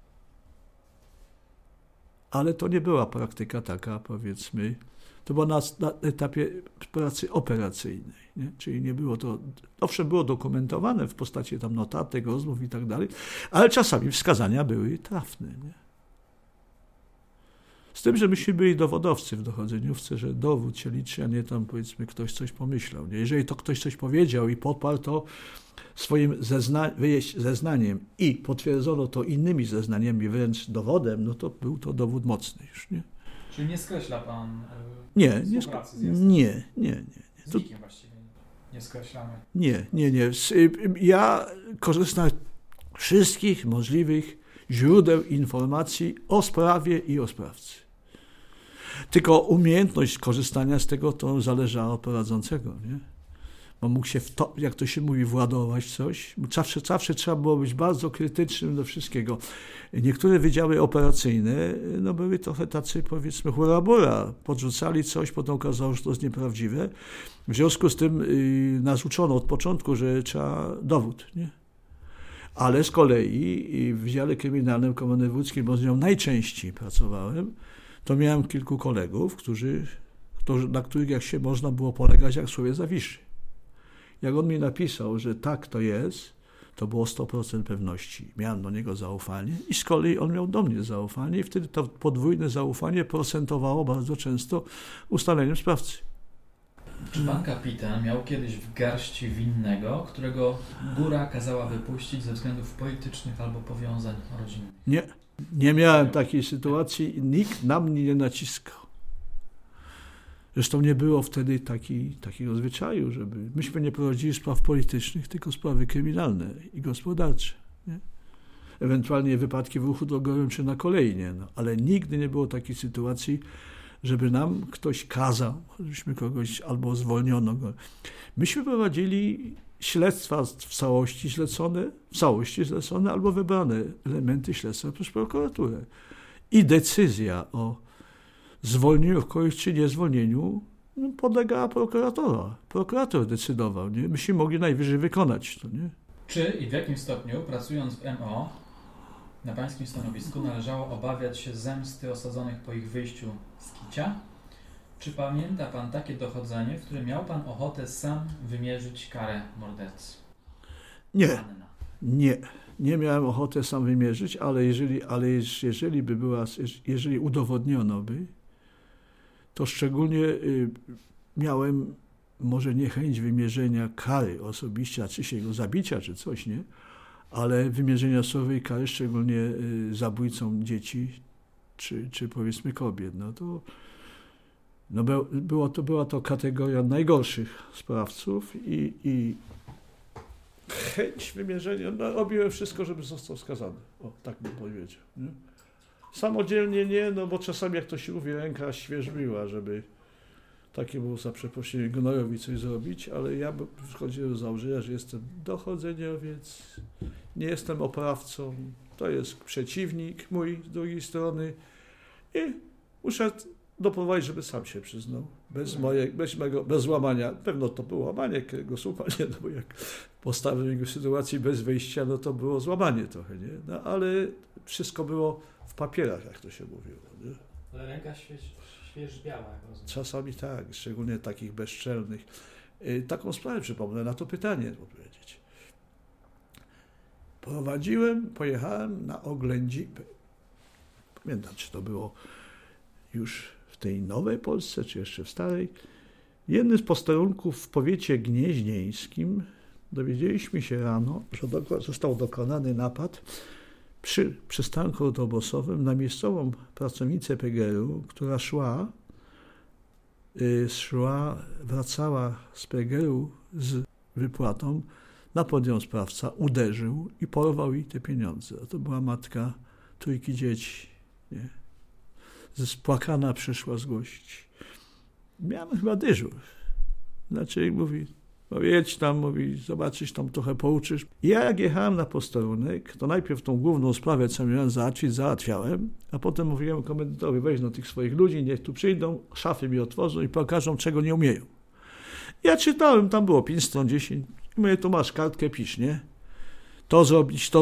Ale to nie była praktyka taka, powiedzmy, to było na etapie pracy operacyjnej, nie? Czyli nie było to, owszem, było dokumentowane w postaci tam notatek, rozmów i tak dalej, ale czasami wskazania były trafne, nie? Z tym, że myśmy byli dowodowcy w dochodzeniówce, że dowód się liczy, a nie tam, powiedzmy, ktoś coś pomyślał. Nie? Jeżeli to ktoś coś powiedział i poparł to swoim zeznaniem i potwierdzono to innymi zeznaniami, wręcz dowodem, no to był to dowód mocny już, nie? Czyli nie skreśla pan współpracy z Jasnem? Nie. Z nikim właściwie nie skreślamy? Nie. Ja korzystam z wszystkich możliwych źródeł informacji o sprawie i o sprawcy. Tylko umiejętność korzystania z tego to zależała od prowadzącego, nie? Bo mógł się w to, jak to się mówi, władować coś. Zawsze trzeba było być bardzo krytycznym do wszystkiego. Niektóre wydziały operacyjne były trochę tacy, powiedzmy, hurabura. Podrzucali coś, potem okazało się, że to jest nieprawdziwe. W związku z tym nas uczono od początku, że trzeba dowód, nie? Ale z kolei w Wydziale Kryminalnym Komendy Wojewódzkiej, bo z nią najczęściej pracowałem, to miałem kilku kolegów, na których jak się można było polegać, jak sobie zawiszy. Jak on mi napisał, że tak to jest, to było 100% pewności. Miałem do niego zaufanie i z kolei on miał do mnie zaufanie i wtedy to podwójne zaufanie procentowało bardzo często ustaleniem sprawcy. Czy pan kapitan miał kiedyś w garści winnego, którego góra kazała wypuścić ze względów politycznych albo powiązań rodzinnych? Nie miałem takiej sytuacji. Nikt na mnie nie naciskał. Zresztą nie było wtedy takiego zwyczaju, żeby... Myśmy nie prowadzili spraw politycznych, tylko sprawy kryminalne i gospodarcze. Nie? Ewentualnie wypadki w ruchu drogowym czy na kolei, nie? Ale nigdy nie było takiej sytuacji, żeby nam ktoś kazał, żebyśmy kogoś albo zwolniono go. Myśmy prowadzili śledztwa w całości zlecone, albo wybrane elementy śledztwa przez prokuraturę. I decyzja o zwolnieniu kogoś czy niezwolnieniu podlegała prokuratora. Prokurator decydował, nie? Myśmy mogli najwyżej wykonać to, nie? Czy i w jakim stopniu, pracując w MO, na pańskim stanowisku należało obawiać się zemsty osadzonych po ich wyjściu z kicia? Czy pamięta pan takie dochodzenie, w którym miał pan ochotę sam wymierzyć karę mordercy? Nie miałem ochoty sam wymierzyć, ale jeżeli udowodniono by, to szczególnie miałem może nie chęć wymierzenia kary osobiście, czy jego zabicia, czy coś, nie? Ale wymierzenia surowej kary, szczególnie zabójcom dzieci, czy powiedzmy kobiet. Była to kategoria najgorszych sprawców i chęć wymierzenia, robiłem wszystko, żeby został skazany. O, tak bym powiedział. Nie? Samodzielnie nie, bo czasami, jak to się mówi, ręka świerzbiła, żeby takiemu, za przeproszeniem, gnorowi coś zrobić, ale ja wchodziłem z założenia, że jestem dochodzeniowiec, nie jestem oprawcą, to jest przeciwnik mój z drugiej strony i muszę doprowadzić, żeby sam się przyznał, bez łamania. Pewno to było łamanie kręgosłupa, bo jak postawiłem go w sytuacji bez wyjścia, to było złamanie trochę, nie? Ale wszystko było w papierach, jak to się mówiło, nie? Ale ręka świerzbiała, jak rozumiem. Czasami tak, szczególnie takich bezczelnych. Taką sprawę przypomnę, na to pytanie odpowiedzieć. Pojechałem na oględzi, pamiętam, czy to było już w tej nowej Polsce, czy jeszcze w starej. Jednym z posterunków w powiecie gnieźnieńskim dowiedzieliśmy się rano, że został dokonany napad przy przystanku autobusowym na miejscową pracownicę PGR-u, która wracała z PGR-u z wypłatą. Napad ją sprawca, uderzył i porwał jej te pieniądze. To była matka 3 dzieci, nie? Spłakana przyszła zgłosić. Miałem chyba dyżur. Znaczy, mówi, jedź tam, mówi, zobaczysz, tam trochę pouczysz. I ja jak jechałem na posterunek, to najpierw tą główną sprawę, co miałem załatwić, załatwiałem, a potem mówiłem komendantowi, weź tych swoich ludzi, niech tu przyjdą, szafy mi otworzą i pokażą, czego nie umieją. Ja czytałem, tam było 5 stron, 10. I mówię, tu masz kartkę, pisz, nie? To zrobić,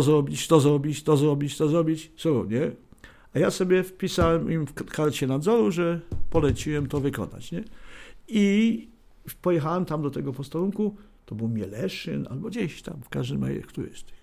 co, nie? A ja sobie wpisałem im w karcie nadzoru, że poleciłem to wykonać, nie? I pojechałem tam do tego posterunku, to był Mieleszyn albo gdzieś tam, w każdym razie któryś z tych.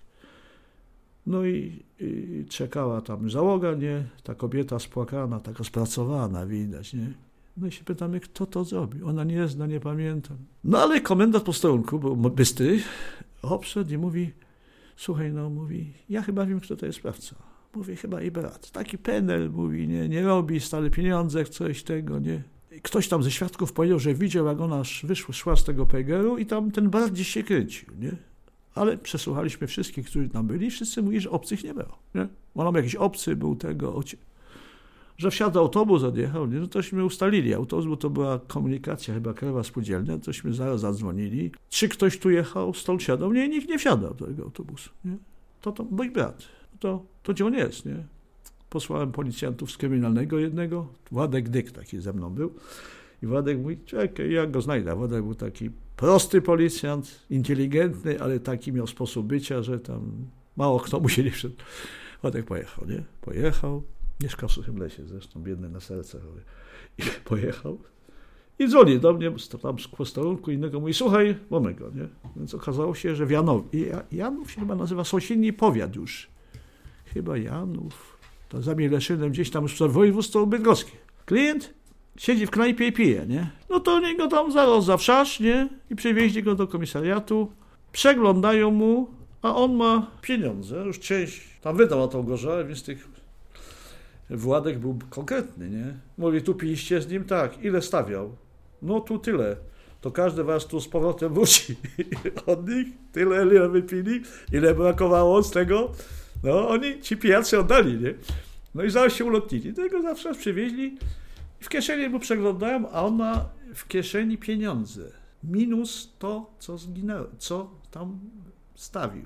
No i czekała tam załoga, nie? Ta kobieta spłakana, taka spracowana, widać, nie? No i się pytamy, kto to zrobił. Ona nie zna, nie pamiętam. No ale komendant posterunku był bystry, obszedł i mówi, słuchaj, mówi, ja chyba wiem, kto to jest sprawca. Mówi, chyba i brat. Taki penel, mówi, nie robi, stale pieniądze, coś tego, nie. Ktoś tam ze świadków powiedział, że widział, jak ona szła z tego PGR-u i tam ten brat gdzieś się kręcił, nie. Ale przesłuchaliśmy wszystkich, którzy tam byli, wszyscy mówili, że obcych nie było, nie. Ona jakiś obcy był tego, że wsiadł autobus, odjechał, nie? No tośmy ustalili autobus, bo to była komunikacja, chyba Krajowa Spółdzielnia, tośmy zaraz zadzwonili. Czy ktoś tu jechał, stąd siadał? Nie, nikt nie wsiadał do tego autobusu, nie. To mój brat. To gdzie on jest, nie? Posłałem policjantów z kryminalnego jednego, Władek Dyk taki ze mną był i Władek mówi, czekaj, ja go znajdę. Władek był taki prosty policjant, inteligentny, ale taki miał sposób bycia, że tam mało kto mu się nie wszedł. Władek pojechał, nie? Pojechał, mieszkał w Suchym Lesie zresztą, biedny na sercach, i pojechał i dzwoni do mnie, tam z posterunku innego, mówi, słuchaj, mamy go, nie? Więc okazało się, że w Janów się chyba nazywa sąsiedni powiat już. Chyba Janów, to za Mieleszynem gdzieś tam już w województwo bydgoskie. Klient siedzi w knajpie i pije, nie? No to oni go tam zaraz zawszasz, nie? I przywieźli go do komisariatu, przeglądają mu, a on ma pieniądze, już część tam wydał na tą gorzałę, więc tych Władek był konkretny, nie? Mówi, tu piliście z nim? Tak. Ile stawiał? No tu tyle. To każdy was tu z powrotem wróci. Od nich tyle, ile wypili, ile brakowało z tego. No oni, ci pijacy oddali, nie? No i zaraz się ulotnili. Tego zawsze przywieźli i w kieszeni mu przeglądają, a on ma w kieszeni pieniądze. minus to, co zginęło, co tam stawił.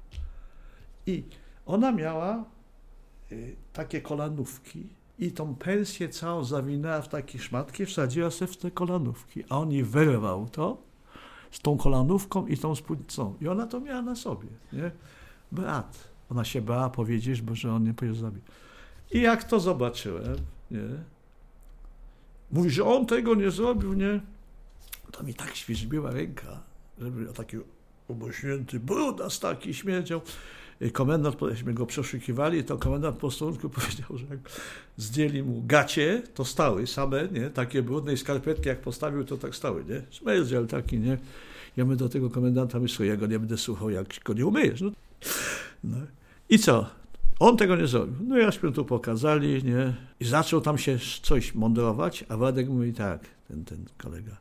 I ona miała takie kolanówki i tą pensję całą zawinęła w takie szmatki, wsadziła sobie w te kolanówki, a on jej wyrwał to z tą kolanówką i tą spódnicą. I ona to miała na sobie, nie? Brat. Ona się bała powiedzieć, bo że on nie powiedział zabił. I jak to zobaczyłem, nie? Mówi, że on tego nie zrobił, nie? To mi tak świeżbiła ręka, żeby taki obośnięty brudas taki śmierdział. Komendant, myśmy go przeszukiwali, to komendant posterunku powiedział, że jak zdjęli mu gacie, to stały same, nie? Takie brudne i skarpetki jak postawił, to tak stały, nie? Śmierdziel taki, nie? Ja my do tego komendanta myślę, ja go nie będę słuchał, jak go nie umyjesz. No. I co? On tego nie zrobił. No jaśmy tu pokazali, nie? I zaczął tam się coś mądrować, a Władek mówi tak, ten kolega.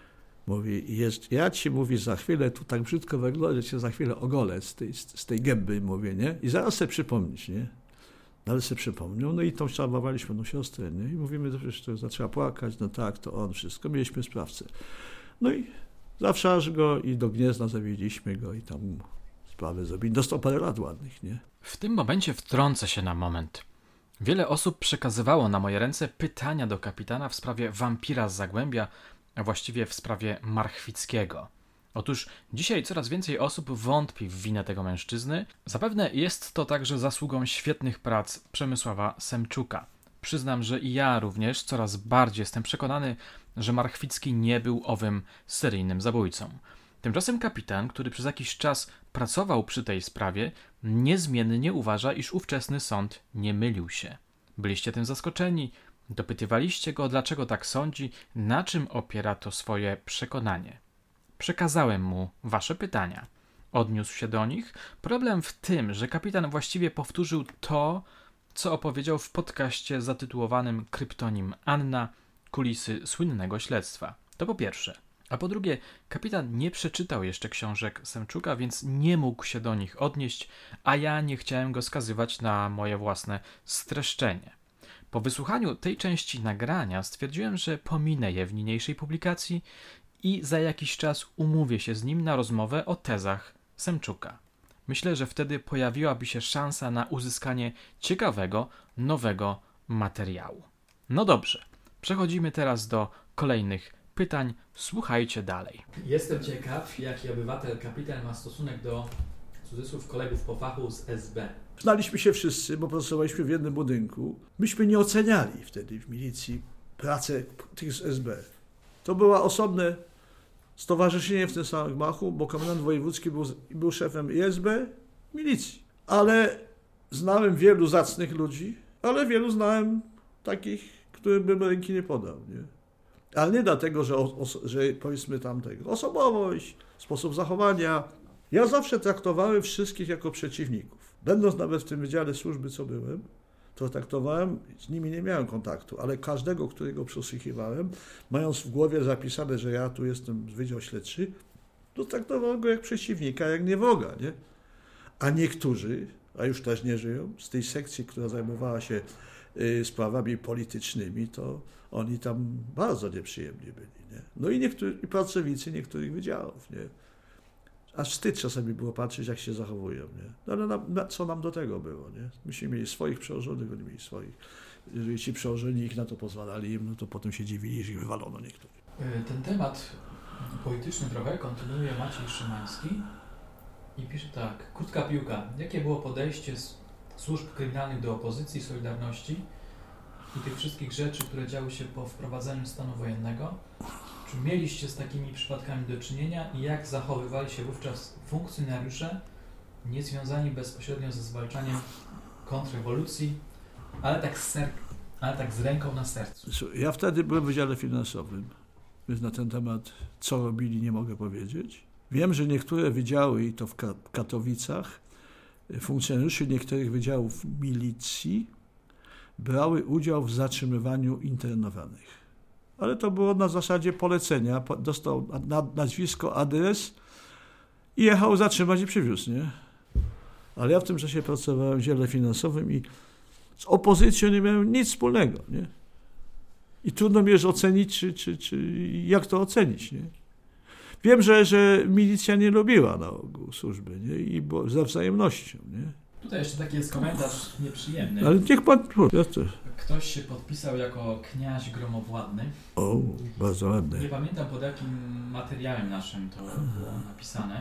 Mówi, ja ci, mówi, za chwilę, tu tak brzydko wygląda, że cię za chwilę ogolę z tej gęby, mówię, nie? I zaraz sobie przypomnieć, nie? No ale sobie przypomniał, no i tą szarmowaliśmy tą siostrę, nie? I mówimy, że przecież to zaczęła płakać, no tak, to on, wszystko, mieliśmy sprawcę. No i zawsze aż go i do Gniezna zawieźliśmy go i tam sprawę zrobili. Dostał parę lat ładnych, nie? W tym momencie wtrącę się na moment. Wiele osób przekazywało na moje ręce pytania do kapitana w sprawie wampira z Zagłębia, a właściwie w sprawie Marchwickiego. Otóż dzisiaj coraz więcej osób wątpi w winę tego mężczyzny. Zapewne jest to także zasługą świetnych prac Przemysława Semczuka. Przyznam, że i ja również coraz bardziej jestem przekonany, że Marchwicki nie był owym seryjnym zabójcą. Tymczasem kapitan, który przez jakiś czas pracował przy tej sprawie, niezmiennie uważa, iż ówczesny sąd nie mylił się. Byliście tym zaskoczeni, dopytywaliście go, dlaczego tak sądzi, na czym opiera to swoje przekonanie. Przekazałem mu wasze pytania. Odniósł się do nich. Problem w tym, że kapitan właściwie powtórzył to, co opowiedział w podcaście zatytułowanym Kryptonim Anna, kulisy słynnego śledztwa. To po pierwsze. A po drugie, kapitan nie przeczytał jeszcze książek Semczuka, więc nie mógł się do nich odnieść, a ja nie chciałem go skazywać na moje własne streszczenie. Po wysłuchaniu tej części nagrania stwierdziłem, że pominę je w niniejszej publikacji i za jakiś czas umówię się z nim na rozmowę o tezach Semczuka. Myślę, że wtedy pojawiłaby się szansa na uzyskanie ciekawego, nowego materiału. No dobrze, przechodzimy teraz do kolejnych pytań. Słuchajcie dalej. Jestem ciekaw, jaki obywatel kapitan ma stosunek do, w cudzysłów, kolegów po fachu z SB. Znaliśmy się wszyscy, bo pracowaliśmy w jednym budynku. Myśmy nie oceniali wtedy w milicji pracę tych z SB. To było osobne stowarzyszenie w tym samym gmachu, bo komendant wojewódzki był szefem i SB, milicji. Ale znałem wielu zacnych ludzi, ale wielu znałem takich, którym bym ręki nie podał, nie? Ale nie dlatego, że powiedzmy tamtego. Osobowość, sposób zachowania. Ja zawsze traktowałem wszystkich jako przeciwników. Będąc nawet w tym wydziale służby, co byłem, to traktowałem, z nimi nie miałem kontaktu, ale każdego, którego przesłuchiwałem, mając w głowie zapisane, że ja tu jestem wydział śledczy, to traktowałem go jak przeciwnika, jak nie wroga, nie? A niektórzy, a już też nie żyją, z tej sekcji, która zajmowała się sprawami politycznymi, to oni tam bardzo nieprzyjemni byli, nie? No i i pracownicy niektórych wydziałów, nie? Aż wstyd czasami było patrzeć, jak się zachowują, nie? No ale co nam do tego było, nie? Myśmy mieli swoich przełożonych, oni mieli swoich. Jeżeli ci przełożeni ich na to pozwalali im, no to potem się dziwili, że ich wywalono niektórych. Ten temat polityczny trochę kontynuuje Maciej Szymański i pisze tak. Krótka piłka. Jakie było podejście służb kryminalnych do opozycji, Solidarności i tych wszystkich rzeczy, które działy się po wprowadzeniu stanu wojennego? Czy mieliście z takimi przypadkami do czynienia i jak zachowywali się wówczas funkcjonariusze niezwiązani bezpośrednio ze zwalczaniem kontrrewolucji, ale tak z ręką na sercu? Ja wtedy byłem w Wydziale Finansowym, więc na ten temat co robili nie mogę powiedzieć. Wiem, że niektóre wydziały, i to w Katowicach, funkcjonariusze niektórych wydziałów milicji brały udział w zatrzymywaniu internowanych. Ale to było na zasadzie polecenia. Dostał nazwisko, adres i jechał zatrzymać i przywiózł, nie? Ale ja w tym czasie pracowałem w Wydziale Finansowym i z opozycją nie miałem nic wspólnego, nie? I trudno mi jest ocenić, czy jak to ocenić, nie? Wiem, że milicja nie lubiła na ogół służby, nie? I bo za wzajemnością, nie? Tutaj jeszcze taki jest komentarz nieprzyjemny. Ale niech pan... Ktoś się podpisał jako kniaź gromowładny. O, bardzo ładne. Nie pamiętam, pod jakim materiałem naszym to było napisane.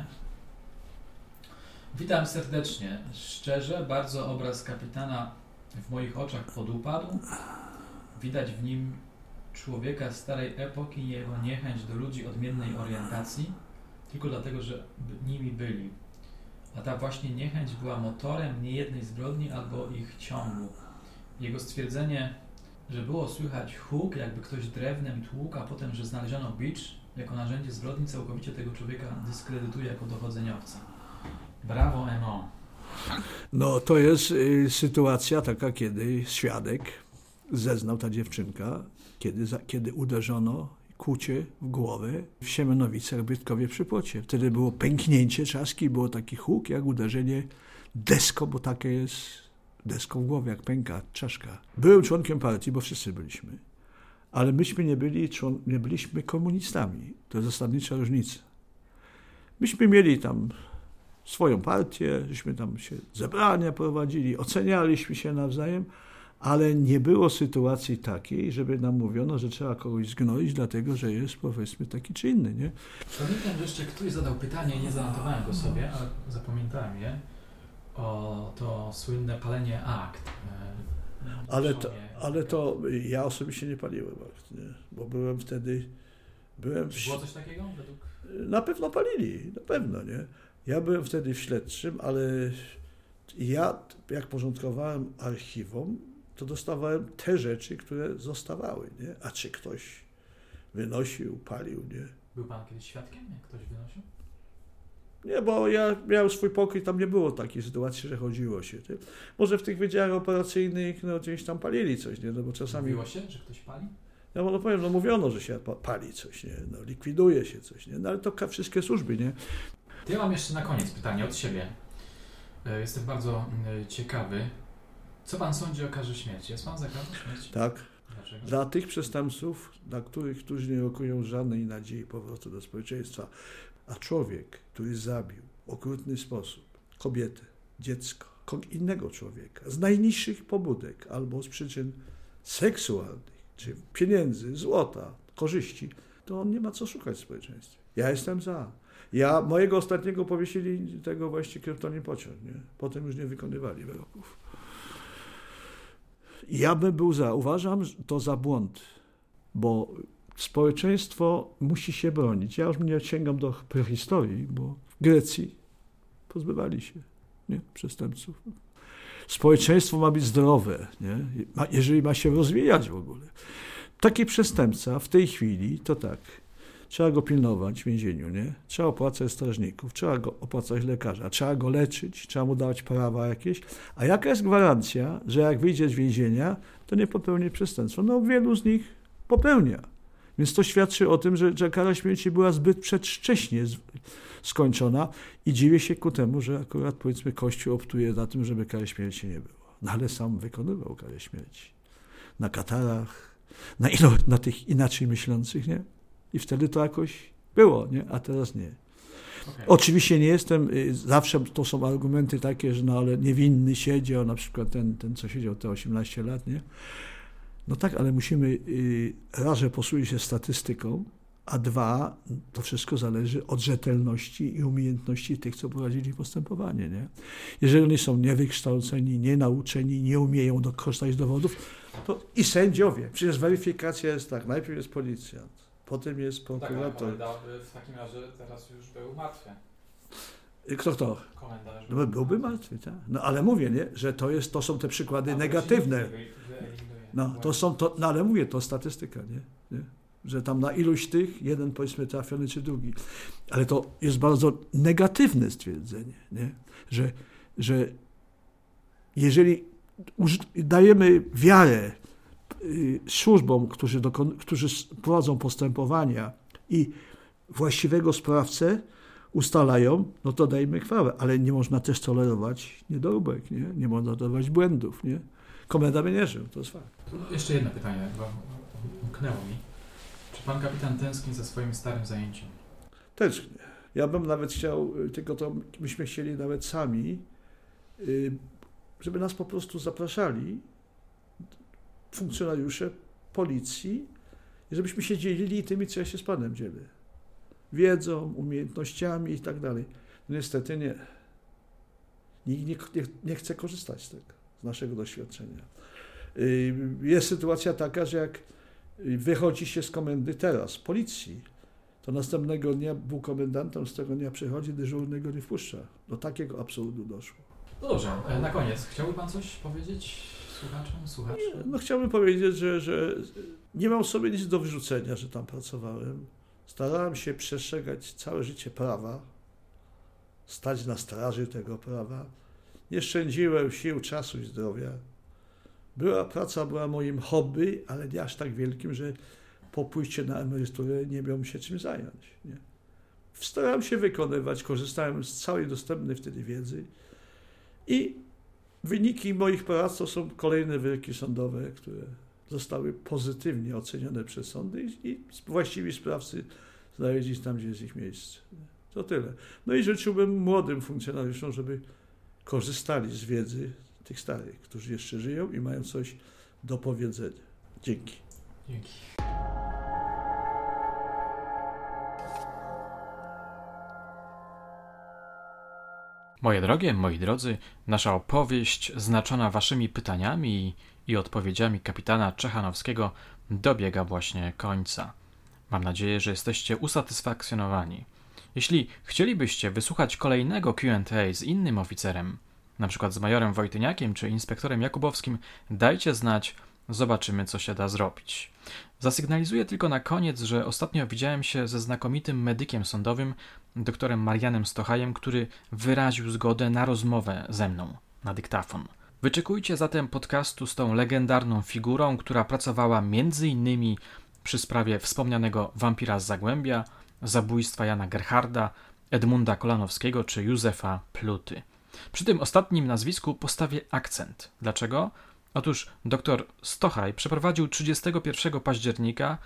Witam serdecznie. Szczerze, bardzo obraz kapitana w moich oczach podupadł. Widać w nim człowieka starej epoki i jego niechęć do ludzi odmiennej orientacji, tylko dlatego, że nimi byli. A ta właśnie niechęć była motorem niejednej zbrodni albo ich ciągu. Jego stwierdzenie, że było słychać huk, jakby ktoś drewnem tłukł, a potem, że znaleziono bicz jako narzędzie zbrodni, całkowicie tego człowieka dyskredytuje jako dochodzeniowca. Brawo, Emo. No to jest sytuacja taka, kiedy świadek zeznał, ta dziewczynka, kiedy uderzono kłucie w głowę w Siemianowicach, Bydkowie przy Płocie. Wtedy było pęknięcie czaski, było taki huk, jak uderzenie deską, bo takie jest deską w głowie, jak pęka czaszka. Byłem członkiem partii, bo wszyscy byliśmy, ale myśmy nie byliśmy komunistami. To jest zasadnicza różnica. Myśmy mieli tam swoją partię, żeśmy tam się zebrania prowadzili, ocenialiśmy się nawzajem, ale nie było sytuacji takiej, żeby nam mówiono, że trzeba kogoś zgnoić, dlatego że jest, powiedzmy, taki czy inny, nie? Pamiętam, że jeszcze ktoś zadał pytanie, nie zanotowałem go sobie, ale zapamiętałem je, o to słynne palenie akt. Ale to ja osobiście nie paliłem akt, nie? Bo byłem wtedy... Było coś takiego? Na pewno palili, na pewno, nie? Ja byłem wtedy w śledczym, ale ja, jak porządkowałem archiwum, to dostawałem te rzeczy, które zostawały, nie? A czy ktoś wynosił, palił, nie? Był pan kiedyś świadkiem, jak ktoś wynosił? Nie, bo ja miałem swój pokój, tam nie było takiej sytuacji, że chodziło się. Nie? Może w tych wydziałach operacyjnych, no gdzieś tam palili coś, nie? No bo czasami... Mówiło się, że ktoś pali? No powiem, no mówiono, że się pali coś, nie? No likwiduje się coś, nie? No ale to wszystkie służby, nie? To ja mam jeszcze na koniec pytanie od siebie. Jestem bardzo ciekawy. Co pan sądzi o karze śmierci? Jest pan za karą śmierci? Tak. Dlaczego? Dla tych przestępców, którzy nie rokują żadnej nadziei powrotu do społeczeństwa, a człowiek, który zabił w okrutny sposób kobietę, dziecko, innego człowieka, z najniższych pobudek albo z przyczyn seksualnych, czy pieniędzy, złota, korzyści, to on nie ma co szukać w społeczeństwie. Ja jestem za. Mojego ostatniego powiesili tego właśnie kryptonim pociąg, nie? Potem już nie wykonywali wyroków. Ja bym był za. Uważam to za błąd, bo społeczeństwo musi się bronić. Ja już nie sięgam do prehistorii, bo w Grecji pozbywali się, nie? Przestępców. Społeczeństwo ma być zdrowe, nie? Jeżeli ma się rozwijać w ogóle. Taki przestępca w tej chwili to tak, trzeba go pilnować w więzieniu, nie? Trzeba opłacać strażników, trzeba go opłacać lekarza, trzeba go leczyć, trzeba mu dawać prawa jakieś. A jaka jest gwarancja, że jak wyjdzie z więzienia, to nie popełni przestępstwa? No wielu z nich popełnia. Więc to świadczy o tym, że kara śmierci była zbyt przedwcześnie skończona i dziwię się ku temu, że akurat, powiedzmy, Kościół optuje na tym, żeby kary śmierci nie było. No ale sam wykonywał karę śmierci. Na katarach, na tych inaczej myślących, nie? I wtedy to jakoś było, nie? A teraz nie. Okay. Oczywiście nie jestem, zawsze to są argumenty takie, że no ale niewinny siedział, na przykład ten co siedział te 18 lat, nie? No tak, ale musimy, raz, że posługuje się statystyką, a dwa, to wszystko zależy od rzetelności i umiejętności tych, co prowadzili postępowanie, nie? Jeżeli oni są niewykształceni, nienauczeni, nie umieją korzystać dowodów, to i sędziowie, przecież weryfikacja jest tak, najpierw jest policjant, potem jest prokurator. Tak, w takim razie teraz już był martwy. Kto? Komentarz. No, byłby martwy, tak. No ale mówię, nie, że to są te przykłady negatywne. No, ale mówię, to statystyka, nie? Że tam na iluś tych, jeden powiedzmy trafiony czy drugi. Ale to jest bardzo negatywne stwierdzenie, nie? Że jeżeli dajemy wiarę służbom, którzy prowadzą postępowania i właściwego sprawcę ustalają, no to dajmy chwałę, ale nie można też tolerować niedoróbek, nie? Nie można tolerować błędów, nie? Komenda by nie żył, to jest fakt. Jeszcze jedno pytanie, chyba umknęło mi. Czy pan kapitan tęskni za swoim starym zajęciem? Tęsknię. Ja bym nawet chciał, tylko to myśmy chcieli nawet sami, żeby nas po prostu zapraszali funkcjonariusze policji i żebyśmy się dzielili tymi, co ja się z Panem dzielę. Wiedzą, umiejętnościami i tak dalej. No niestety nie. Nikt nie chce korzystać z tego, z naszego doświadczenia. Jest sytuacja taka, że jak wychodzi się z komendy teraz, policji, to następnego dnia był komendantem, z tego dnia przychodzi, dyżurny go nie wpuszcza. Do takiego absurdu doszło. No dobrze, na koniec, chciałby Pan coś powiedzieć słuchaczom? No chciałbym powiedzieć, że nie mam sobie nic do wyrzucenia, że tam pracowałem. Starałem się przestrzegać całe życie prawa, stać na straży tego prawa. Nie szczędziłem sił, czasu i zdrowia. Praca była moim hobby, ale nie aż tak wielkim, że po pójściu na emeryturę nie miałem się czym zająć. Nie? Starałem się wykonywać, korzystałem z całej dostępnej wtedy wiedzy i wyniki moich prac to są kolejne wyroki sądowe, które zostały pozytywnie ocenione przez sądy i właściwi sprawcy znaleźli tam, gdzie jest ich miejsce. To tyle. No i życzyłbym młodym funkcjonariuszom, żeby korzystali z wiedzy tych starych, którzy jeszcze żyją i mają coś do powiedzenia. Dzięki. Dzięki. Moje drogie, moi drodzy, nasza opowieść znaczona waszymi pytaniami i odpowiedziami kapitana Czechanowskiego dobiega właśnie końca. Mam nadzieję, że jesteście usatysfakcjonowani. Jeśli chcielibyście wysłuchać kolejnego Q&A z innym oficerem, na przykład z majorem Wojtyniakiem czy inspektorem Jakubowskim, dajcie znać, zobaczymy, co się da zrobić. Zasygnalizuję tylko na koniec, że ostatnio widziałem się ze znakomitym medykiem sądowym, doktorem Marianem Stochajem, który wyraził zgodę na rozmowę ze mną na dyktafon. Wyczekujcie zatem podcastu z tą legendarną figurą, która pracowała m.in. przy sprawie wspomnianego wampira z Zagłębia, zabójstwa Jana Gerharda, Edmunda Kolanowskiego czy Józefa Pluty. Przy tym ostatnim nazwisku postawię akcent. Dlaczego? Otóż dr Stochaj przeprowadził 31 października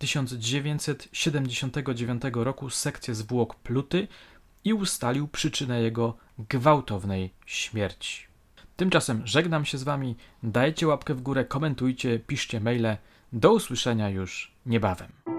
1979 roku sekcję zwłok Pluty i ustalił przyczynę jego gwałtownej śmierci. Tymczasem żegnam się z Wami, dajcie łapkę w górę, komentujcie, piszcie maile. Do usłyszenia już niebawem.